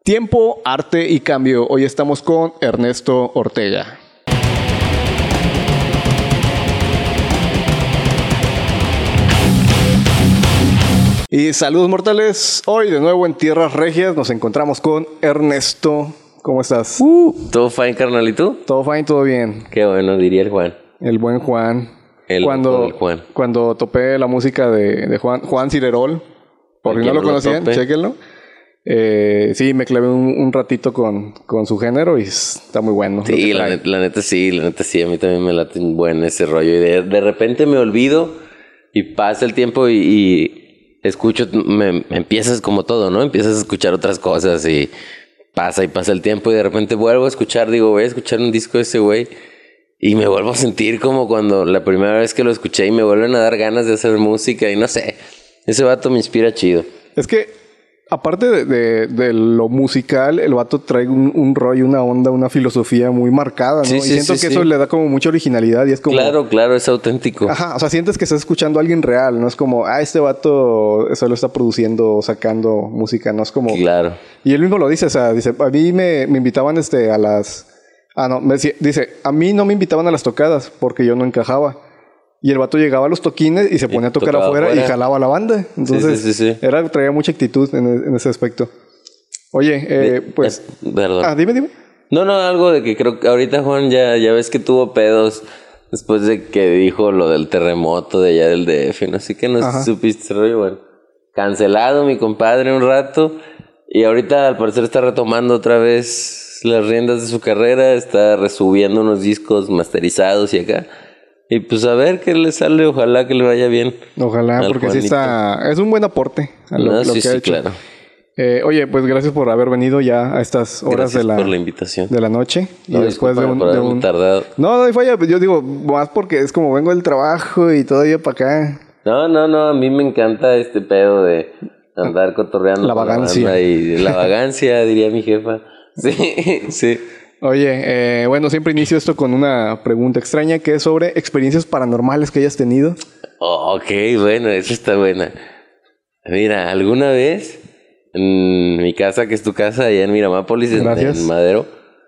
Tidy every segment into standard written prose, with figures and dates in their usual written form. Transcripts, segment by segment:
Tiempo, arte y cambio. Hoy estamos con Ernesto Ortega. Y saludos mortales. Hoy de nuevo en Tierras Regias nos encontramos con Ernesto. ¿Cómo estás? ¿Todo fine, carnal? ¿Y tú? Todo fine, todo bien. Qué bueno, diría el Juan. El buen Juan. El Juan. Cuando topé la música de Juan Cirerol, por si no lo conocían, chéquenlo. Sí, me clavé un ratito con su género y está muy bueno. Sí, la neta sí. A mí también me late bueno ese rollo. Y de repente me olvido y pasa el tiempo y escucho, me empiezas como todo, ¿no? Empiezas a escuchar otras cosas y pasa el tiempo y de repente vuelvo a escuchar, digo, voy a escuchar un disco de ese güey y me vuelvo a sentir como cuando la primera vez que lo escuché y me vuelven a dar ganas de hacer música y no sé, ese vato me inspira chido. Es que aparte de lo musical, el vato trae un rollo, una onda, una filosofía muy marcada, ¿no? Sí, y siento que eso le da como mucha originalidad y es como... Claro, es auténtico. Ajá, o sea, sientes que estás escuchando a alguien real, no es como, este vato solo está produciendo, sacando música, no es como... Claro. Y él mismo lo dice, o sea, dice, a mí me invitaban a las... dice, a mí no me invitaban a las tocadas porque yo no encajaba. Y el vato llegaba a los toquines y se ponía a tocar afuera y jalaba a la banda. Entonces, sí. traía mucha actitud en ese aspecto. Oye, pues... Perdón. Dime. No, algo de que creo que ahorita Juan ya ves que tuvo pedos después de que dijo lo del terremoto de allá del DF. No sé qué, no supiste ese rollo, bueno. Cancelado mi compadre un rato y ahorita al parecer está retomando otra vez las riendas de su carrera. Está resubiendo unos discos masterizados y acá. Y pues a ver qué le sale, ojalá que le vaya bien. Ojalá, porque Juanito. Sí es un buen aporte a lo que ha hecho. Claro. Oye, pues gracias por haber venido ya a estas horas por la invitación. De la noche. No, y después de un tardado. No falla, yo digo, más porque es como vengo del trabajo y todavía para acá. No, a mí me encanta este pedo de andar cotorreando. La vagancia. Y la vagancia, diría mi jefa. Sí. Oye, bueno, siempre inicio esto con una pregunta extraña que es sobre experiencias paranormales que hayas tenido. Ok, bueno, esa está buena. Mira, alguna vez en mi casa, que es tu casa, allá en Miramápolis, en Madero,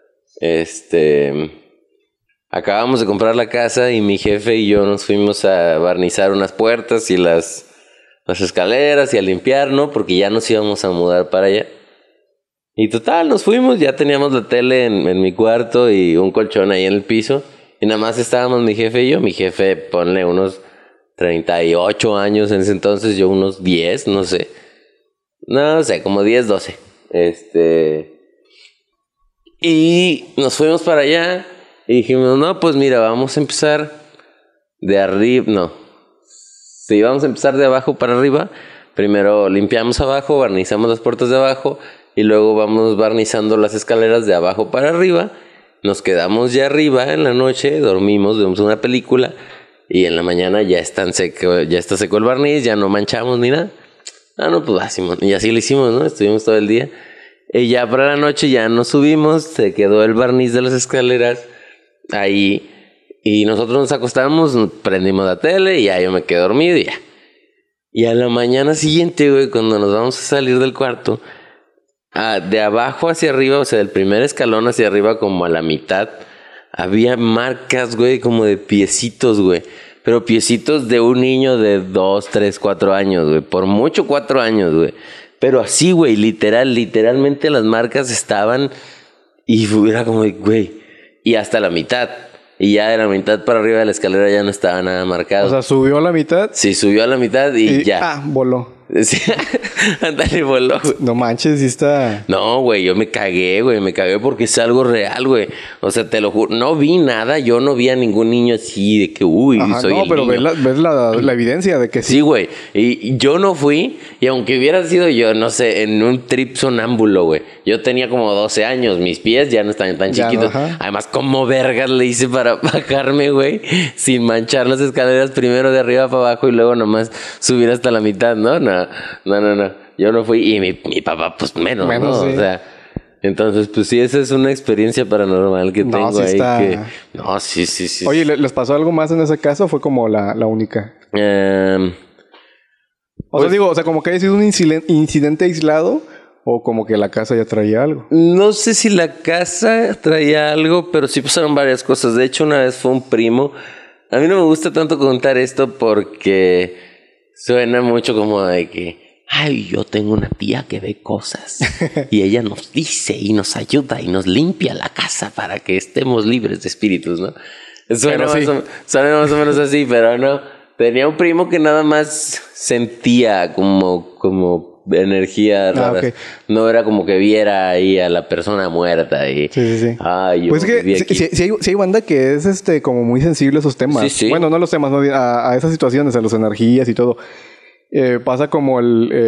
acabamos de comprar la casa y mi jefe y yo nos fuimos a barnizar unas puertas y las escaleras y a limpiar, ¿no? Porque ya nos íbamos a mudar para allá. Y total, nos fuimos, ya teníamos la tele en mi cuarto y un colchón ahí en el piso. Y nada más estábamos mi jefe y yo. Mi jefe, ponle unos 38 años en ese entonces, yo unos 10, no sé. No sé, como 10, 12. Y nos fuimos para allá y dijimos, no, pues mira, vamos a empezar de arriba. No. Sí, vamos a empezar de abajo para arriba. Primero limpiamos abajo, barnizamos las puertas de abajo. Y luego vamos barnizando las escaleras de abajo para arriba. Nos quedamos ya arriba en la noche, dormimos, vemos una película. Y en la mañana ya está seco el barniz, ya no manchamos ni nada. No, pues Simón. Y así lo hicimos, ¿no? Estuvimos todo el día. Y ya para la noche ya nos subimos, se quedó el barniz de las escaleras ahí. Y nosotros nos acostamos, prendimos la tele y ya yo me quedé dormido y ya. Y a la mañana siguiente, güey, cuando nos vamos a salir del cuarto... de abajo hacia arriba, o sea, del primer escalón hacia arriba como a la mitad, había marcas, güey, como de piecitos, güey. Pero piecitos de un niño de 2, 3, 4 años, güey. Por mucho 4 años, güey. Pero así, güey, literalmente las marcas estaban y era como, güey, y hasta la mitad. Y ya de la mitad para arriba de la escalera ya no estaba nada marcado. O sea, ¿subió a la mitad? Sí, subió a la mitad y ya. Voló. Ándale, voló, güey. No manches, sí está... No, güey, yo me cagué porque es algo real, güey. O sea, te lo juro, no vi nada, yo no vi a ningún niño así de que, soy el pero niño. ves la evidencia de que sí. Sí, güey, y yo no fui, y aunque hubiera sido yo, no sé, en un trip sonámbulo, güey. Yo tenía como 12 años, mis pies ya no estaban tan chiquitos. Además, ¿cómo vergas le hice para bajarme, güey? Sin manchar las escaleras, primero de arriba para abajo y luego nomás subir hasta la mitad, ¿no? No. Yo no fui y mi papá, pues menos, ¿no? Sí. O sea, entonces, pues sí, esa es una experiencia paranormal que tengo sí ahí. Que... No, sí. Oye, ¿les pasó algo más en ese caso o fue como la única? O sea, como que haya sido un incidente aislado ¿O como que la casa ya traía algo? No sé si la casa traía algo, pero sí pasaron varias cosas. De hecho, una vez fue un primo. A mí no me gusta tanto contar esto porque suena mucho como de que, ay, yo tengo una tía que ve cosas y ella nos dice y nos ayuda y nos limpia la casa para que estemos libres de espíritus, ¿no? Suena más o menos así, pero no. Tenía un primo que nada más sentía como energía rara. Okay. No era como que viera ahí a la persona muerta y... Sí. Ay, pues es que si hay banda que es como muy sensible a esos temas. Sí. Bueno, no a los temas, más bien a esas situaciones, a las energías y todo. Pasa como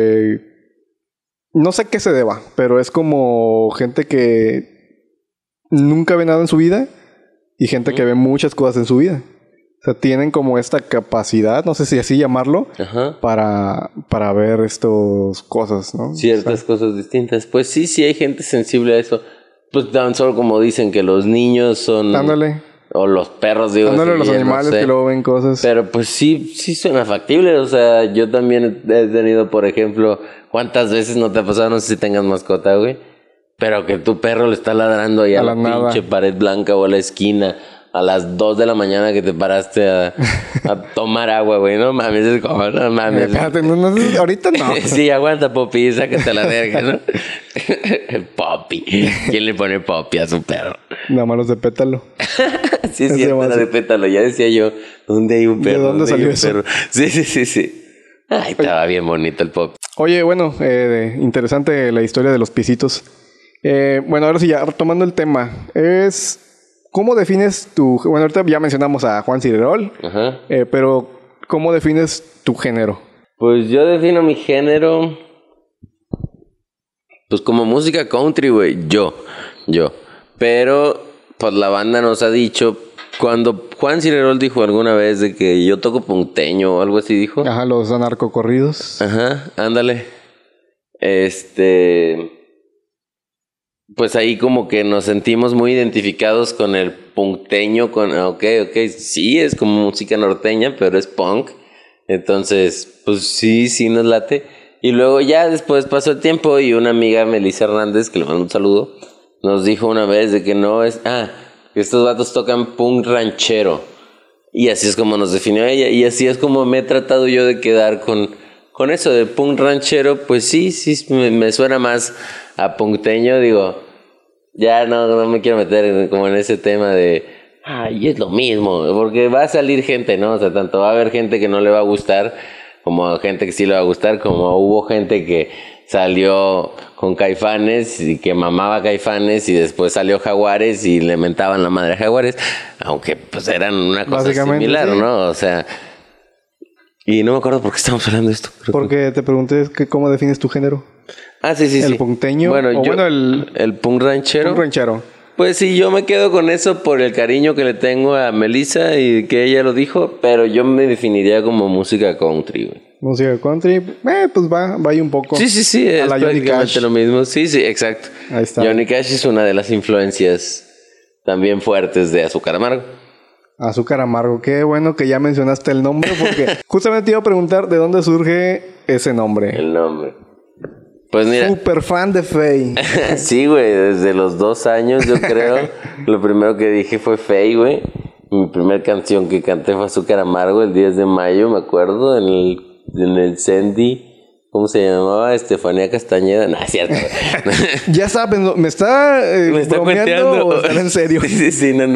no sé qué se deba, pero es como gente que nunca ve nada en su vida y gente que ve muchas cosas en su vida. O sea, tienen como esta capacidad, no sé si así llamarlo, para ver estas cosas, ¿no? Ciertas cosas distintas. Pues sí hay gente sensible a eso. Pues tan solo como dicen que los niños son... Ándale. O los perros, digo. Ándale, los animales, no sé, que luego ven cosas. Pero pues sí suena factible. O sea, yo también he tenido, por ejemplo, ¿cuántas veces no te ha pasado? No sé si tengas mascota, güey. Pero que tu perro le está ladrando ahí a la pinche pared blanca o a la esquina a las 2 de la mañana que te paraste a tomar agua, güey. No mames, es como, no mames. Ahorita no. Sí, aguanta, Poppy, sácate la verga, ¿no? Poppy. ¿Quién le pone Poppy a su perro? Nada más los de pétalo. Sí, era de pétalo. Ya decía yo, ¿dónde hay un perro? ¿De dónde salió eso? Perro? Sí. Ay, estaba bien bonito el Poppy. Oye, bueno, interesante la historia de los pisitos. Bueno, ahora sí, ya retomando el tema. ¿Cómo defines tu... Bueno, ahorita ya mencionamos a Juan Cirerol. Ajá. Pero, ¿cómo defines tu género? Pues yo defino mi género... Pues como música country, güey. Yo. Pero, pues la banda nos ha dicho... Cuando Juan Cirerol dijo alguna vez de que yo toco punteño o algo así, dijo. Ajá, los anarcocorridos. Ajá, ándale. Pues ahí como que nos sentimos muy identificados con el punkteño, ok, sí, es como música norteña, pero es punk. Entonces, pues sí nos late. Y luego ya después pasó el tiempo y una amiga, Melissa Hernández, que le mando un saludo, nos dijo una vez de que no es... que estos vatos tocan punk ranchero. Y así es como nos definió ella. Y así es como me he tratado yo de quedar con eso de punk ranchero. Pues sí, me suena más a punkteño. Digo, ya no me quiero meter como en ese tema de ay, es lo mismo, porque va a salir gente, ¿no? O sea, tanto va a haber gente que no le va a gustar como gente que sí le va a gustar, como hubo gente que salió con Caifanes y que mamaba Caifanes y después salió Jaguares y le mentaban la madre a Jaguares, aunque pues eran una cosa similar, sí, ¿no? O sea, y no me acuerdo por qué estamos hablando de esto. Porque te pregunté cómo defines tu género. Sí. ¿El punkteño? Bueno, el punk ranchero. Punk ranchero. Pues sí, yo me quedo con eso por el cariño que le tengo a Melissa y que ella lo dijo, pero yo me definiría como música country, güey. Música country, pues va ahí un poco. Sí, es prácticamente lo mismo. Sí, exacto. Ahí está. Johnny Cash es una de las influencias también fuertes de Azúcar Amargo. Azúcar Amargo, qué bueno que ya mencionaste el nombre, porque justamente te iba a preguntar de dónde surge ese nombre. El nombre. Pues mira. Súper fan de Faye. Sí, güey, desde los 2 años yo creo. Lo primero que dije fue Faye, güey. Mi primera canción que canté fue Azúcar Amargo el 10 de mayo, me acuerdo, en el Sandy. ¿Cómo se llamaba? Estefanía Castañeda. No, es cierto. Ya sabes, ¿me está bromeando o está en serio? Sí, no.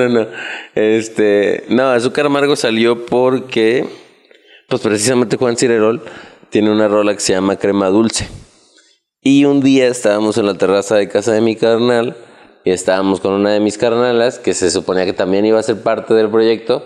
No, Azúcar Amargo salió porque, pues precisamente Juan Cirerol tiene una rola que se llama Crema Dulce. Y un día estábamos en la terraza de casa de mi carnal y estábamos con una de mis carnalas que se suponía que también iba a ser parte del proyecto.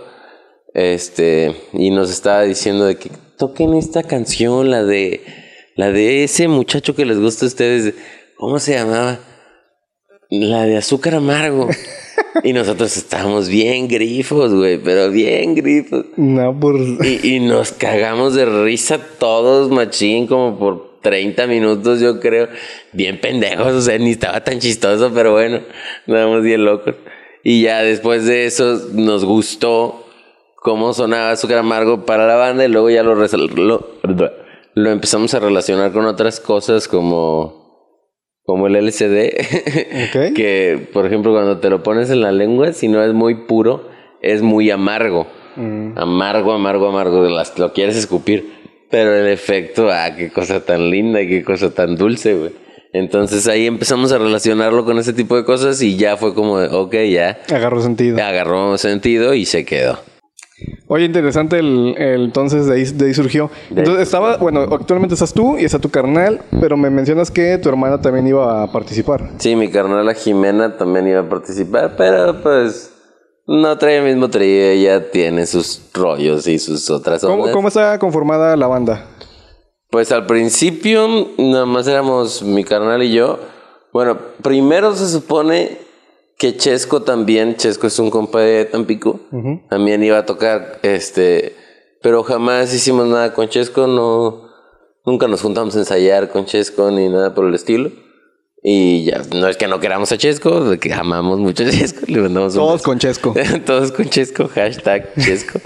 Y nos estaba diciendo de que toquen esta canción, la de ese muchacho que les gusta a ustedes. ¿Cómo se llamaba? La de Azúcar Amargo. Y nosotros estábamos bien grifos, güey, pero bien grifos. No, y nos cagamos de risa todos, machín, como por 30 minutos, yo creo. Bien pendejos, o sea, ni estaba tan chistoso, pero bueno, estábamos bien locos. Y ya después de eso nos gustó cómo sonaba Azúcar Amargo para la banda y luego ya lo empezamos a relacionar con otras cosas como como el LSD, Okay. que por ejemplo cuando te lo pones en la lengua, si no es muy puro, es muy amargo. Amargo, lo quieres escupir. Pero el efecto, qué cosa tan linda y qué cosa tan dulce, güey. Entonces ahí empezamos a relacionarlo con ese tipo de cosas y ya fue como, ya. Agarró sentido y se quedó. Oye, interesante entonces de ahí surgió. Entonces actualmente estás tú y está tu carnal, pero me mencionas que tu hermana también iba a participar. Sí, mi carnala Jimena también iba a participar, pero pues no trae el mismo trío, ella tiene sus rollos y sus otras ondas. ¿Cómo está conformada la banda? Pues al principio nada más éramos mi carnal y yo. Bueno, primero se supone que Chesco es un compa de Tampico, también iba a tocar, pero jamás hicimos nada con Chesco, nunca nos juntamos a ensayar con Chesco ni nada por el estilo. Y ya, no es que no queramos a Chesco, de que amamos mucho a Chesco, le mandamos Todos con Chesco. Todos con Chesco, #Chesco.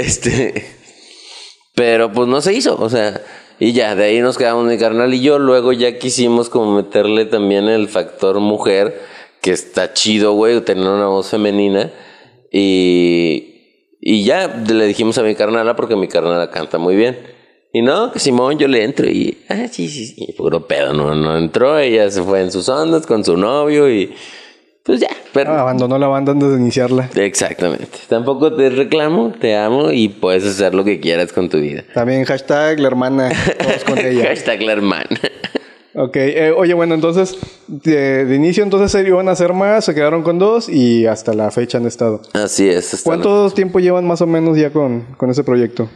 Pero pues no se hizo, o sea, y ya, de ahí nos quedamos mi carnal y yo. Luego ya quisimos como meterle también el factor mujer, que está chido, güey, tener una voz femenina. Y ya le dijimos a mi carnala, porque mi carnala canta muy bien. Y no, que Simón, yo le entro y... sí, puro pedo, no entró. Ella se fue en sus ondas con su novio y... Pues ya. Pero... abandonó la banda antes de iniciarla. Exactamente. Tampoco te reclamo, te amo y puedes hacer lo que quieras con tu vida. También #la hermana, todos con ella. #la hermana. Ok, oye, bueno, entonces, de inicio entonces iban a hacer más, se quedaron con 2 y hasta la fecha han estado. Así es. ¿Cuánto tiempo llevan más o menos ya con ese proyecto?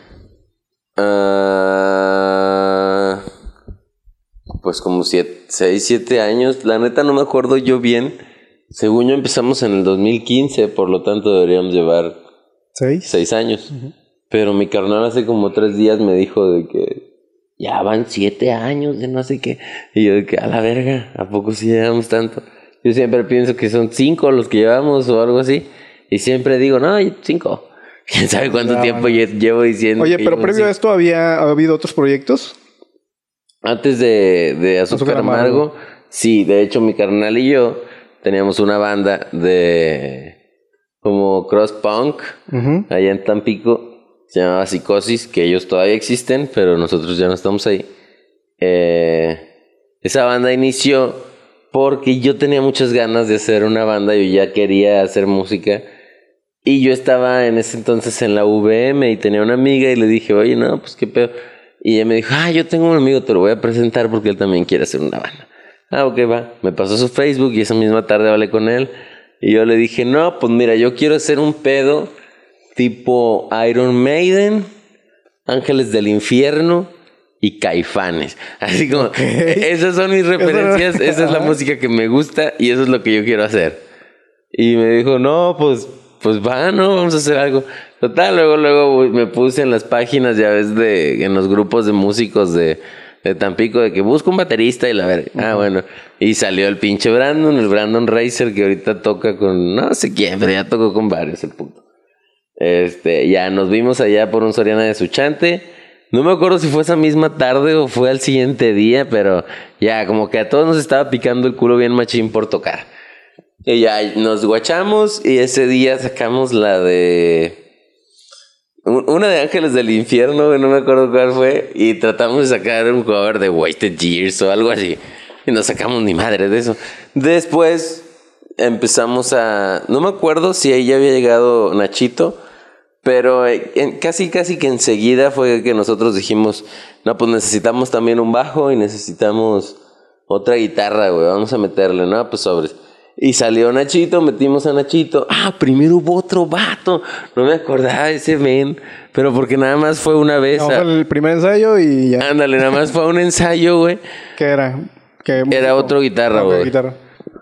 Pues como 6, 7 años. La neta no me acuerdo yo bien. Según yo empezamos en el 2015, por lo tanto deberíamos llevar 6 años. Pero mi carnal hace como 3 días me dijo de que ya van 7 años de no sé qué. Y yo de que a la verga, ¿a poco sí llevamos tanto? Yo siempre pienso que son 5 los que llevamos o algo así. Y siempre digo, no, 5. ¿Quién sabe cuánto tiempo llevo diciendo? Oye, pero previo a esto ¿ha habido otros proyectos? Antes de Azúcar Amargo, sí, de hecho mi carnal y yo teníamos una banda de como cross punk allá en Tampico, se llamaba Psicosis, que ellos todavía existen, pero nosotros ya no estamos ahí. Esa banda inició porque yo tenía muchas ganas de hacer una banda, yo ya quería hacer música. Y yo estaba en ese entonces en la VM y tenía una amiga y le dije, oye, no, pues qué pedo. Y ella me dijo, yo tengo un amigo, te lo voy a presentar porque él también quiere hacer una banda. Ok, va. Me pasó su Facebook y esa misma tarde hablé con él. Y yo le dije, no, pues mira, yo quiero hacer un pedo tipo Iron Maiden, Ángeles del Infierno y Caifanes. Así como, esas son mis referencias, esa es la música que me gusta y eso es lo que yo quiero hacer. Y me dijo, no, pues va, no, vamos a hacer algo. Total, luego me puse en las páginas, ya ves, en los grupos de músicos de Tampico, de que busco un baterista y la verga. Bueno. Y salió el pinche el Brandon Racer, que ahorita toca con no sé quién, pero ya tocó con varios, el puto. Ya nos vimos allá por un Soriana de Suchante. No me acuerdo si fue esa misma tarde o fue al siguiente día, pero ya como que a todos nos estaba picando el culo bien machín por tocar. Y ya nos guachamos y ese día sacamos la de... Una de Ángeles del Infierno, no me acuerdo cuál fue. Y tratamos de sacar un cover de Wasted Years o algo así. Y no sacamos ni madre de eso. Después empezamos a... No me acuerdo si ahí ya había llegado Nachito. Pero casi que enseguida fue que nosotros dijimos... No, pues necesitamos también un bajo y necesitamos otra guitarra, güey. Vamos a meterle, ¿no? Pues sobres. Y salió Nachito, metimos a Nachito. Primero hubo otro vato. No me acordaba de ese men. Pero porque nada más fue una vez. No, fue el primer ensayo y ya. Ándale, nada más fue un ensayo, güey. ¿Qué era? Era otro guitarra, güey. Guitarra.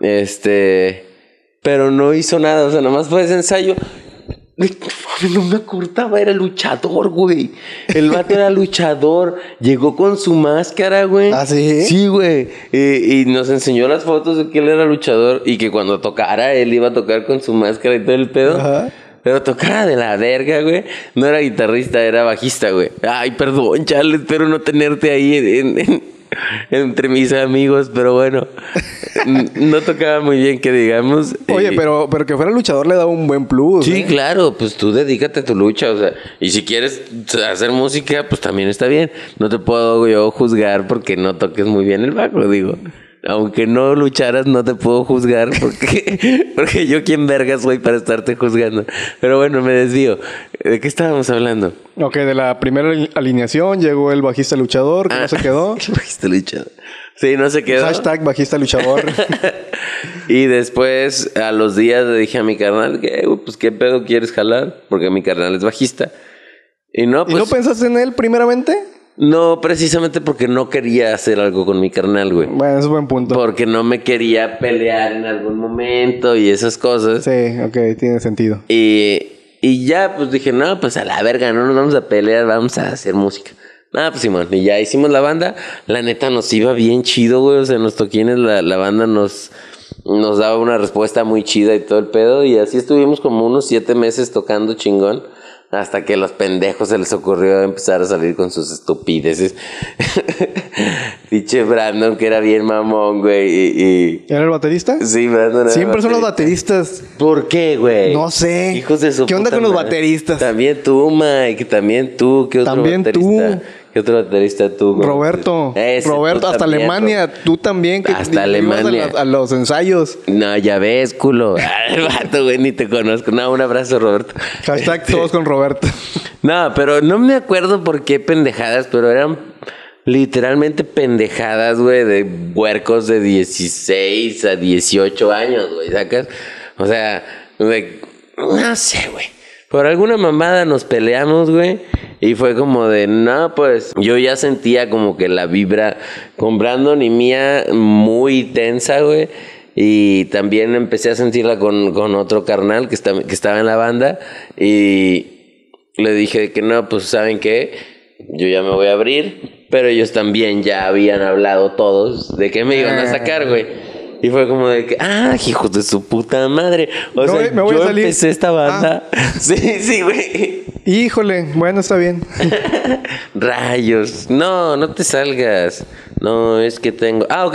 Pero no hizo nada. O sea, nada más fue ese ensayo. No me acordaba, era luchador, güey. El vato era luchador. Llegó con su máscara, güey. ¿Ah, sí? Sí, güey. Y nos enseñó las fotos de que él era luchador y que cuando tocara, él iba a tocar con su máscara y todo el pedo. Ajá. Pero tocaba de la verga, güey. No era guitarrista, era bajista, güey. Ay, perdón, Charles, espero no tenerte ahí entre mis amigos, pero bueno, no tocaba muy bien que digamos. Oye, pero que fuera luchador le daba un buen plus. Sí, claro, pues tú dedícate a tu lucha, o sea, y si quieres hacer música, pues también está bien. No te puedo yo juzgar porque no toques muy bien el bajo, digo. Aunque no lucharas, no te puedo juzgar porque yo quién vergas soy para estarte juzgando. Pero bueno, me desvío. ¿De qué estábamos hablando? Ok, de la primera alineación llegó el bajista luchador, que no se quedó. El bajista luchador. Sí, no se quedó. Hashtag bajista luchador. Y después, a los días, le dije a mi carnal, pues ¿qué pedo quieres jalar? Porque mi carnal es bajista. Y no, pues... ¿Y no pensaste en él primeramente? No, precisamente porque no quería hacer algo con mi carnal, güey. Bueno, es un buen punto. Porque no me quería pelear en algún momento y esas cosas. Sí, ok, tiene sentido. Y ya, pues dije, no, pues a la verga, no nos vamos a pelear, vamos a hacer música. Pues Simón, y ya hicimos la banda. La neta nos iba bien chido, güey. O sea, en los toquines la banda nos daba una respuesta muy chida y todo el pedo. Y así estuvimos como unos 7 meses tocando chingón. Hasta que a los pendejos se les ocurrió empezar a salir con sus estupideces. Pinche Brandon, que era bien mamón, güey. ¿Era el baterista? Sí, Brandon era Siempre son los bateristas. ¿Por qué, güey? No sé. Hijos de su ¿Qué onda puta con los madre? bateristas? También tú, Mike. También tú. ¿Qué otro También baterista? tú. ¿Qué otro baterista tú, güey? Roberto. Ese, Roberto, hasta también, Alemania. Tú también. Que hasta ibas Alemania. A los ensayos. No, ya ves, culo. El vato, güey, ni te conozco. No, un abrazo, Roberto. Hashtag todos con Roberto. No, pero no me acuerdo por qué pendejadas, pero eran literalmente pendejadas, güey, de huercos de 16 a 18 años, güey, ¿sacas? O sea, güey, no sé, güey. Por alguna mamada nos peleamos, güey. Y fue como de, no, pues yo ya sentía como que la vibra con Brandon y mía muy tensa, güey. Y también empecé a sentirla con otro carnal que estaba en la banda. Y le dije que no, pues ¿saben qué? Yo ya me voy a abrir. Pero ellos también ya habían hablado todos de que me iban a sacar, güey. Y fue como de que, hijos de su puta madre. O sea, me voy yo a salir. empecé esta banda. Sí, güey. Híjole, bueno, está bien. Rayos. No te salgas. No, es que tengo... ok.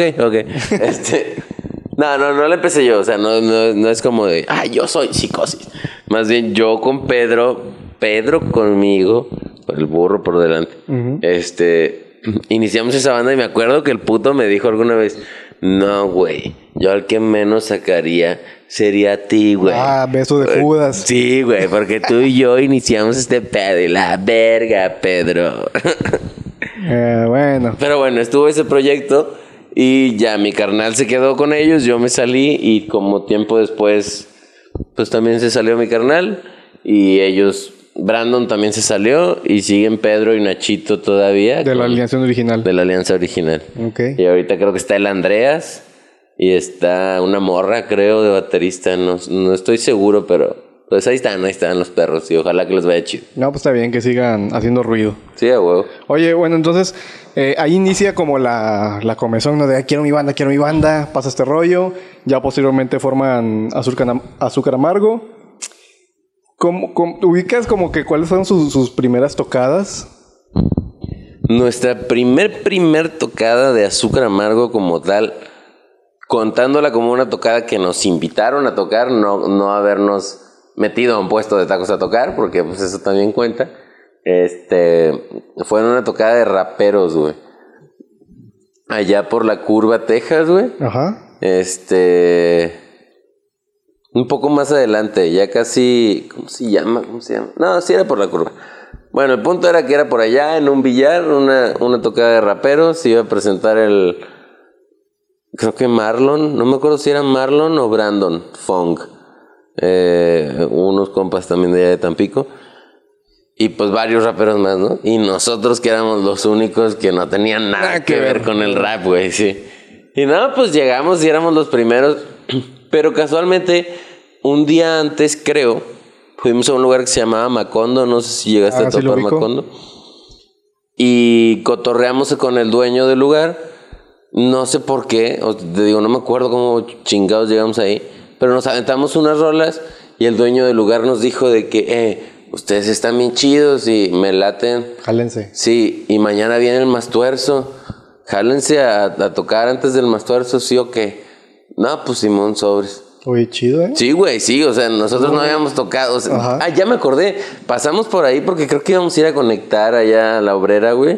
No la empecé yo. O sea, no es como de, yo soy Psicosis. Más bien yo con Pedro conmigo, con el burro por delante. Uh-huh. Iniciamos esa banda y me acuerdo que el puto me dijo alguna vez, no, güey, yo al que menos sacaría sería a ti, güey. Beso de Judas. Sí, güey, porque tú y yo iniciamos este pedo y la verga, Pedro. Bueno. Pero bueno, estuvo ese proyecto y ya mi carnal se quedó con ellos, yo me salí y como tiempo después, pues también se salió mi carnal y ellos... Brandon también se salió y siguen Pedro y Nachito todavía. De la alianza original. De la alianza original. Ok. Y ahorita creo que está el Andreas y está una morra, creo, de baterista. No estoy seguro, pero pues ahí están los perros y ojalá que les vaya chido. No, pues está bien que sigan haciendo ruido. Sí, a huevo. Oye, bueno, entonces ahí inicia como la comezón, ¿no? De quiero mi banda, pasa este rollo. Ya posteriormente forman Azúcar Amargo. ¿Ubicas como que cuáles fueron sus primeras tocadas? Nuestra primer tocada de Azúcar Amargo como tal, contándola como una tocada que nos invitaron a tocar, no habernos metido a un puesto de tacos a tocar, porque pues eso también cuenta. Fue en una tocada de raperos, güey. Allá por la Curva, Texas, güey. Ajá. Un poco más adelante, ya casi... ¿Cómo se llama? No, sí era por la Curva. Bueno, el punto era que era por allá, en un billar, una tocada de raperos. Se iba a presentar creo que Marlon. No me acuerdo si era Marlon o Brandon Fong. Unos compas también de allá de Tampico. Y pues varios raperos más, ¿no? Y nosotros que éramos los únicos que no tenían nada que ver con el rap, güey, sí. Y nada, pues llegamos y éramos los primeros... Pero casualmente, un día antes, creo, fuimos a un lugar que se llamaba Macondo. No sé si llegaste a topar Macondo. Y cotorreamos con el dueño del lugar. No sé por qué. Te digo, no me acuerdo cómo chingados llegamos ahí. Pero nos aventamos unas rolas y el dueño del lugar nos dijo de que, ustedes están bien chidos y me laten. Jálense. Sí, y mañana viene el Mastuerzo. jálense a tocar antes del Mastuerzo, ¿sí o qué? No, pues Simón, sobres. Oye, chido, ¿eh? Sí, güey, sí, o sea, nosotros no habíamos tocado. O sea, ya me acordé. Pasamos por ahí porque creo que íbamos a ir a conectar allá a la Obrera, güey.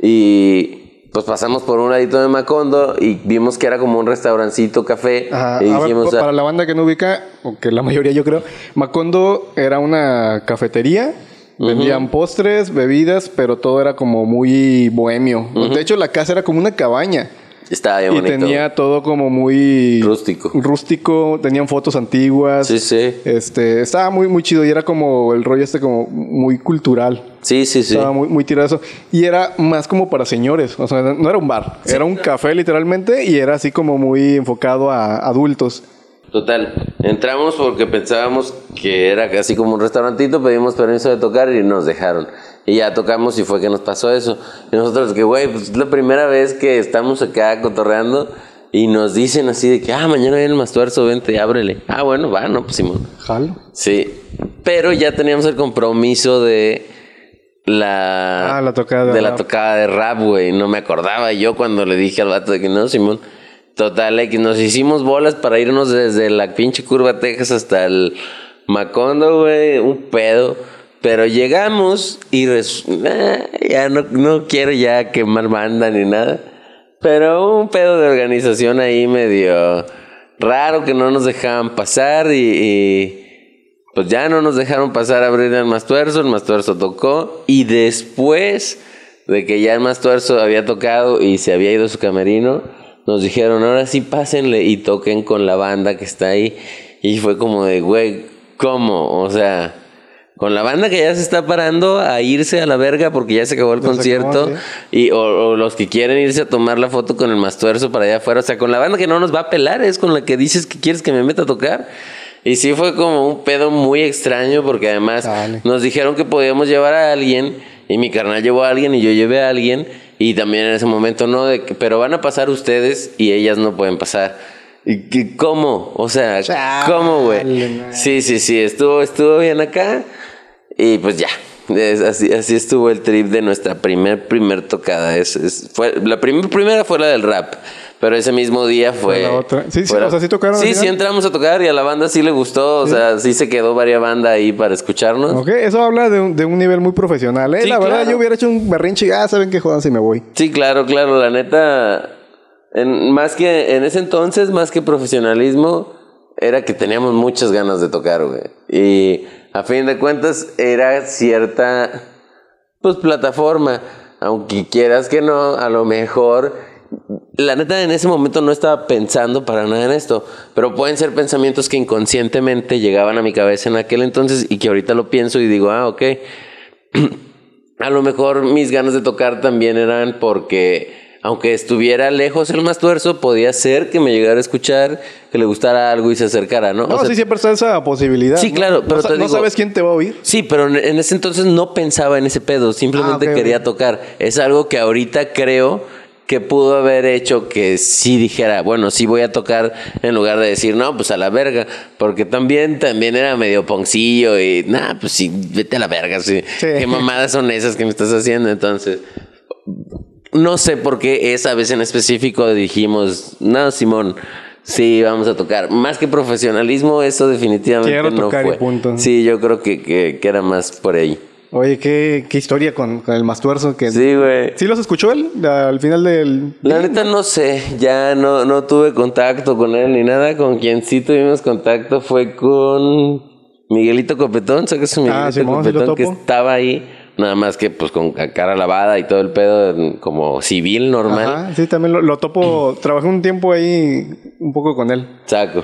Y pues pasamos por un ladito de Macondo y vimos que era como un restaurancito, café. Ajá. Y dijimos, para la banda que no ubica, o que la mayoría yo creo, Macondo era una cafetería. Vendían postres, bebidas, pero todo era como muy bohemio. De hecho, la casa era como una cabaña. Estaba bien bonito. Y tenía todo como muy... Rústico. Tenían fotos antiguas. Sí. Estaba muy, muy chido. Y era como el rollo como muy cultural. Sí. Estaba muy, muy tirado eso. Y era más como para señores. O sea, no era un bar. Sí. Era un café literalmente. Y era así como muy enfocado a adultos. Total, entramos porque pensábamos que era casi como un restaurantito, pedimos permiso de tocar y nos dejaron. Y ya tocamos y fue que nos pasó eso. Y nosotros que, güey, pues es la primera vez que estamos acá cotorreando y nos dicen así de que, mañana viene el Mastuerzo, vente, ábrele. Bueno, va, no, pues Simón. Jalo. Sí, pero ya teníamos el compromiso de la tocada de rap, güey. No me acordaba yo cuando le dije al vato de que no, Simón. Total, que nos hicimos bolas para irnos desde la pinche Curva Texas hasta el Macondo, güey, un pedo. Pero llegamos y ya no quiero ya quemar banda ni nada. Pero un pedo de organización ahí medio raro que no nos dejaban pasar y pues ya no nos dejaron pasar a abrir al Mastuerzo. El Mastuerzo tocó y después de que ya el Mastuerzo había tocado y se había ido a su camerino, nos dijeron, ahora sí pásenle y toquen con la banda que está ahí. Y fue como de, güey, ¿cómo? O sea, con la banda que ya se está parando a irse a la verga porque ya se acabó el concierto. O los que quieren irse a tomar la foto con el Mastuerzo para allá afuera. O sea, con la banda que no nos va a pelar, es con la que dices que quieres que me meta a tocar. Y sí fue como un pedo muy extraño porque además nos dijeron que podíamos llevar a alguien. Y mi carnal llevó a alguien y yo llevé a alguien. Y también en ese momento no, pero van a pasar ustedes y ellas no pueden pasar. ¿Y cómo? O sea, ¿cómo, güey? Sí, estuvo bien acá. Y pues ya, así estuvo el trip de nuestra primer tocada. La primera fue la del rap. Pero ese mismo día fue la otra. Sí, o sea, sí tocaron. Sí entramos a tocar y a la banda sí le gustó. O sea, sí se quedó varias bandas ahí para escucharnos. Ok, eso habla de un nivel muy profesional, ¿eh? Sí, la verdad, yo hubiera hecho un berrinche y saben que jodan si me voy. Sí, claro. La neta, más que en ese entonces, más que profesionalismo, era que teníamos muchas ganas de tocar, güey. Y a fin de cuentas, era cierta, pues, plataforma. Aunque quieras que no, a lo mejor... La neta, en ese momento no estaba pensando para nada en esto, pero pueden ser pensamientos que inconscientemente llegaban a mi cabeza en aquel entonces y que ahorita lo pienso y digo, ok, a lo mejor mis ganas de tocar también eran porque, aunque estuviera lejos el Mastuerzo, podía ser que me llegara a escuchar, que le gustara algo y se acercara, ¿no? No, o sea, sí, siempre está esa posibilidad. Sí, claro, pero no sabes quién te va a oír. Sí, pero en ese entonces no pensaba en ese pedo, simplemente quería tocar. Es algo que ahorita creo que pudo haber hecho que sí dijera, bueno, sí voy a tocar, en lugar de decir, no, pues a la verga, porque también era medio poncillo y, pues sí, vete a la verga, sí. ¿Qué mamadas son esas que me estás haciendo? Entonces, no sé por qué esa vez en específico dijimos, no, Simón, sí, vamos a tocar. Más que profesionalismo, eso definitivamente quiero no tocar fue. Y punto. Sí, yo creo que era más por ahí. Oye, qué historia con el Mastuerzo. Sí, güey. ¿Sí los escuchó él al final del...? La neta no sé, ya no tuve contacto con él ni nada. Con quien sí tuvimos contacto fue con Miguelito Copetón. ¿Sabes su Miguelito Copetón? Que estaba ahí, nada más que pues con cara lavada y todo el pedo como civil normal. Ajá, sí, también lo topo. Trabajé un tiempo ahí un poco con él. Saco.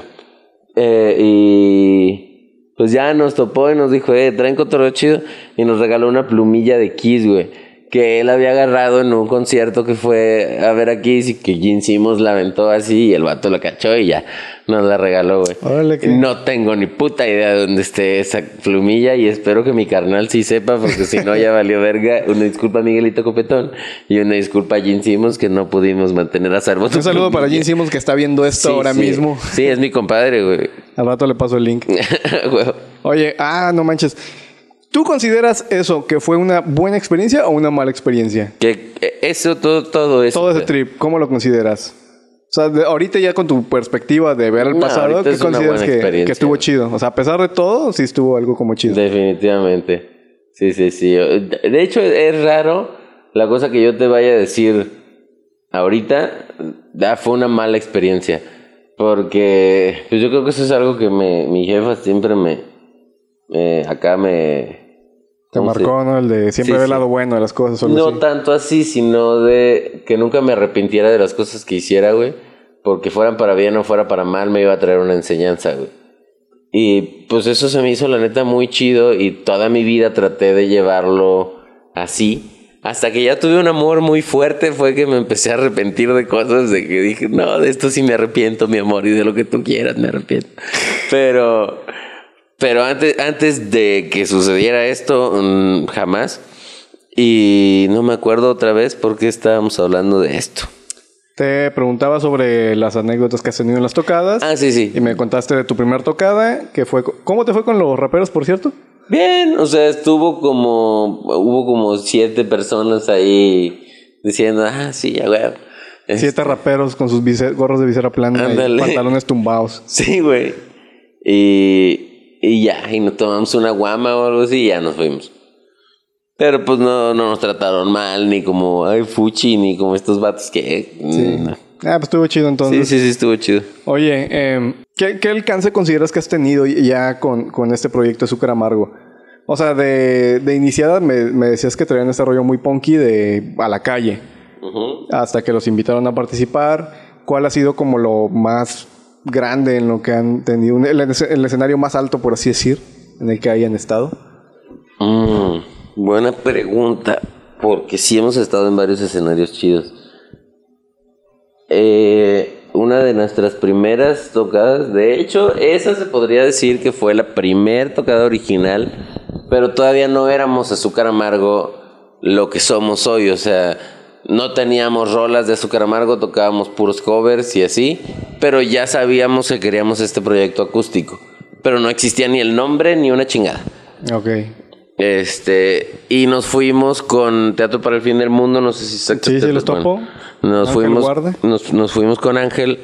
Y... pues ya nos topó y nos dijo, traen cotorreo chido. Y nos regaló una plumilla de Kiss, güey. Que él había agarrado en un concierto que fue a ver a Kiss y que Gene Simmons la aventó así y el vato la cachó y ya nos la regaló, güey. Órale, ¿qué? No tengo ni puta idea de dónde esté esa plumilla y espero que mi carnal sí sepa porque si no ya valió verga. Una disculpa a Miguelito Copetón y una disculpa a Gene Simmons que no pudimos mantener a salvo. Un saludo para Gene Simmons que está viendo esto ahora mismo. Sí, es mi compadre, güey. Al rato le paso el link. Oye, no manches. ¿Tú consideras eso que fue una buena experiencia o una mala experiencia? Que eso, todo eso. Todo ese trip, ¿cómo lo consideras? O sea, ahorita ya con tu perspectiva de ver el pasado, ¿qué consideras que estuvo chido? O sea, a pesar de todo, sí estuvo algo como chido. Definitivamente. Sí. De hecho, es raro la cosa que yo te vaya a decir ahorita. Fue una mala experiencia. Porque pues yo creo que eso es algo que mi jefa siempre Te marcó, ¿no? El de siempre ver el lado bueno de las cosas. No así. Tanto así, sino de que nunca me arrepintiera de las cosas que hiciera, güey. Porque fueran para bien o fuera para mal, me iba a traer una enseñanza, güey. Y pues eso se me hizo, la neta, muy chido. Y toda mi vida traté de llevarlo así. Hasta que ya tuve un amor muy fuerte, fue que me empecé a arrepentir de cosas. De que dije, no, de esto sí me arrepiento, mi amor. Y de lo que tú quieras me arrepiento. Pero antes de que sucediera esto, jamás. Y no me acuerdo otra vez por qué estábamos hablando de esto. Te preguntaba sobre las anécdotas que has tenido en las tocadas. Sí. Y me contaste de tu primer tocada, que fue... ¿Cómo te fue con los raperos, por cierto? Bien, o sea, hubo como 7 personas ahí diciendo, sí, ya, güey. 7 raperos con sus gorros de visera plana y pantalones tumbados. Sí, güey. Y ya, y nos tomamos una guama o algo así y ya nos fuimos. Pero pues no nos trataron mal, ni como, fuchi, ni como estos vatos que... Sí. No. Pues estuvo chido entonces. Sí, estuvo chido. Oye, ¿qué alcance consideras que has tenido ya con este proyecto Azúcar Amargo? O sea, de iniciada me decías que traían este rollo muy punky de a la calle. Uh-huh. Hasta que los invitaron a participar. ¿Cuál ha sido como lo más grande en lo que han tenido? El escenario más alto, por así decir, en el que hayan estado. Buena pregunta, porque sí hemos estado en varios escenarios chidos. Una de nuestras primeras tocadas, de hecho, esa se podría decir que fue la primer tocada original, pero todavía no éramos Azúcar Amargo lo que somos hoy, o sea, no teníamos rolas de Azúcar Amargo, tocábamos puros covers y así, pero ya sabíamos que queríamos este proyecto acústico, pero no existía ni el nombre ni una chingada. Ok. Y nos fuimos con Teatro para el Fin del Mundo, no sé si exactamente. Sí, los topo. Nos fuimos con Ángel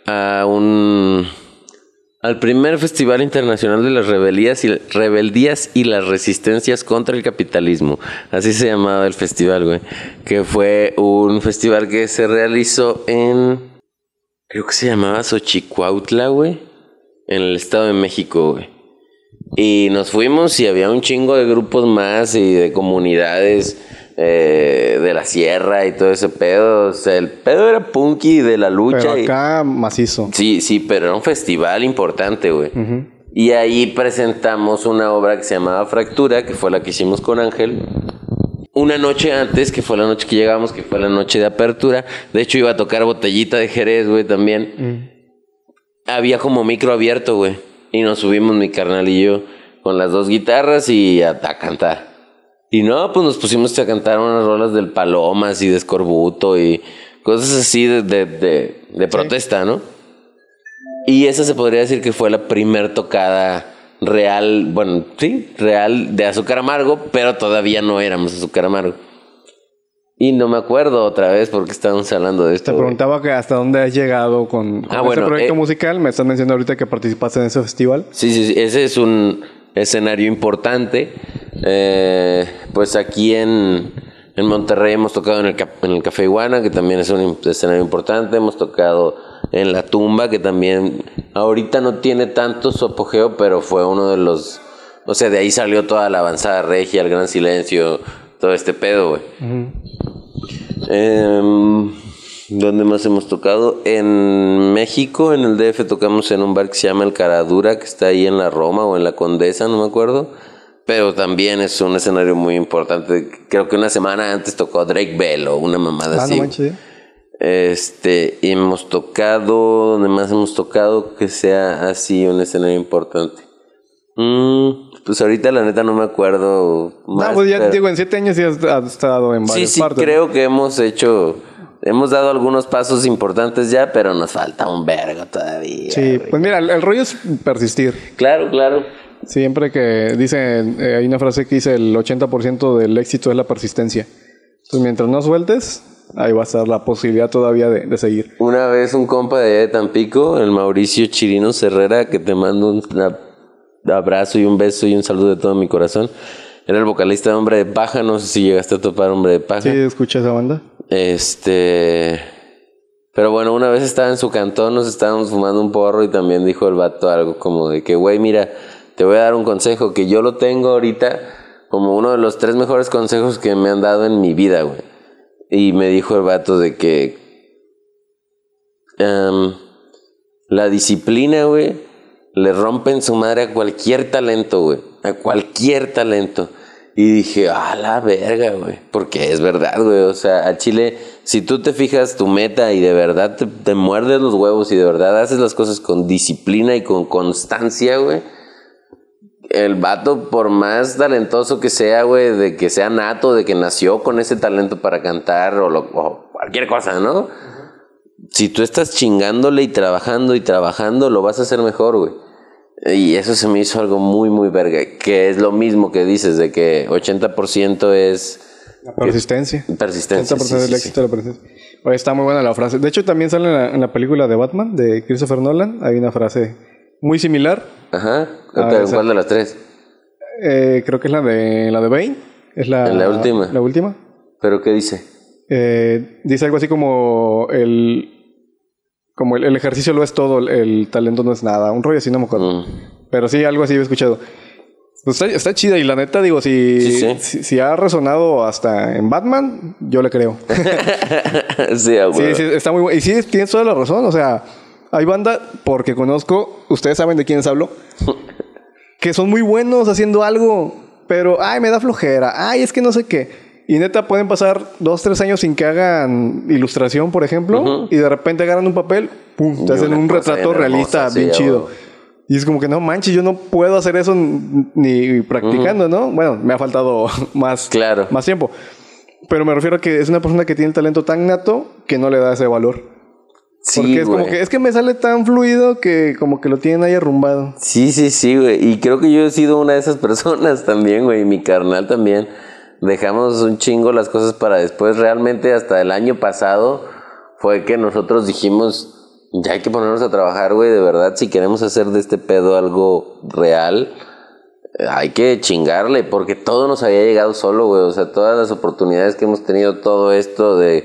al primer Festival Internacional de las Rebeldías y las Resistencias contra el Capitalismo. Así se llamaba el festival, güey. Que fue un festival que se realizó creo que se llamaba Xochicuautla, güey. En el Estado de México, güey. Y nos fuimos y había un chingo de grupos más y de comunidades de la sierra y todo ese pedo. O sea, el pedo era punky de la lucha. Pero acá macizo. Sí, pero era un festival importante, güey. Uh-huh. Y ahí presentamos una obra que se llamaba Fractura, que fue la que hicimos con Ángel. Una noche antes, que fue la noche que llegamos, que fue la noche de apertura. De hecho, iba a tocar Botellita de Jerez, güey, también. Había como micro abierto, güey. Y nos subimos mi carnal y yo con las 2 guitarras y a cantar. Y no, pues nos pusimos a cantar unas rolas del Palomas y de Escorbuto y cosas así de protesta, ¿no? Y esa se podría decir que fue la primer tocada real, real de Azúcar Amargo, pero todavía no éramos Azúcar Amargo. Y no me acuerdo otra vez porque estábamos hablando de esto. Te preguntaba que hasta dónde has llegado con este proyecto musical. Me estás mencionando ahorita que participaste en ese festival. Sí. Ese es un escenario importante. Pues aquí en Monterrey hemos tocado en el Café Iguana, que también es un escenario importante. Hemos tocado en La Tumba, que también ahorita no tiene tanto su apogeo, pero fue uno de los... O sea, de ahí salió toda la avanzada regia, el Gran Silencio, todo este pedo, güey. Uh-huh. ¿Dónde más hemos tocado? En México, en el DF, tocamos en un bar que se llama El Caradura, que está ahí en la Roma o en la Condesa, no me acuerdo. Pero también es un escenario muy importante. Creo que una semana antes tocó Drake Bell o una mamada así. No manches. Y hemos tocado... ¿Dónde más hemos tocado que sea así un escenario importante? Pues ahorita la neta no me acuerdo más. No, pues ya digo, en 7 años ya has estado en varias partes. Sí, creo que hemos dado algunos pasos importantes ya, pero nos falta un vergo todavía. Sí, güey. Pues mira, el rollo es persistir. Claro. Siempre que dicen, hay una frase que dice el 80% del éxito es la persistencia. Entonces, mientras no sueltes, ahí va a estar la posibilidad todavía de seguir. Una vez un compa de allá de Tampico, el Mauricio Chirino Herrera, que te mando un abrazo y un beso y un saludo de todo mi corazón. Era el vocalista de Hombre de Paja, no sé si llegaste a topar Hombre de Paja. Sí, escuché esa banda. Pero bueno, una vez estaba en su cantón, nos estábamos fumando un porro y también dijo el vato algo como de que, güey, mira, te voy a dar un consejo que yo lo tengo ahorita como uno de los 3 mejores consejos que me han dado en mi vida, güey. Y me dijo el vato de que la disciplina, güey, le rompen su madre a cualquier talento, güey. A cualquier talento. Y dije, la verga, güey. Porque es verdad, güey. O sea, a Chile, si tú te fijas tu meta y de verdad te muerdes los huevos y de verdad haces las cosas con disciplina y con constancia, güey, el vato, por más talentoso que sea, güey, de que sea nato, de que nació con ese talento para cantar o cualquier cosa, ¿no? Si tú estás chingándole y trabajando, lo vas a hacer mejor, güey. Y eso se me hizo algo muy, muy verga. Que es lo mismo que dices, de que 80% es... La persistencia. Persistencia. 80% del éxito de la persistencia. Oye, está muy buena la frase. De hecho, también sale en la película de Batman, de Christopher Nolan. Hay una frase muy similar. Ajá. ¿Cuál de las 3? Creo que es la de Bane. Es la última. La última. ¿Pero qué dice? Dice algo así como el ejercicio lo es todo, el talento no es nada. Un rollo así, no me acuerdo. Pero sí, algo así he escuchado. Pues está chida y la neta, digo, si ha resonado hasta en Batman, yo le creo. Sí, está muy bueno. Y sí, tienes toda la razón. O sea, hay banda, porque conozco, ustedes saben de quiénes hablo, que son muy buenos haciendo algo, pero, me da flojera. Es que no sé qué. Y neta, pueden pasar 2-3 años sin que hagan ilustración, por ejemplo, y de repente agarran un papel, pum, te hacen un retrato realista bien chido. Y es como que no manches, yo no puedo hacer eso ni practicando, ¿no? Bueno, me ha faltado más tiempo. Pero me refiero a que es una persona que tiene el talento tan nato que no le da ese valor. Sí, porque es como que es que me sale tan fluido que como que lo tienen ahí arrumbado. Sí, güey. Y creo que yo he sido una de esas personas también, güey. Mi carnal también. Dejamos un chingo las cosas para después. Realmente hasta el año pasado fue que nosotros dijimos, ya hay que ponernos a trabajar, güey, de verdad. Si queremos hacer de este pedo algo real, hay que chingarle, porque todo nos había llegado solo, güey. O sea, todas las oportunidades que hemos tenido, todo esto del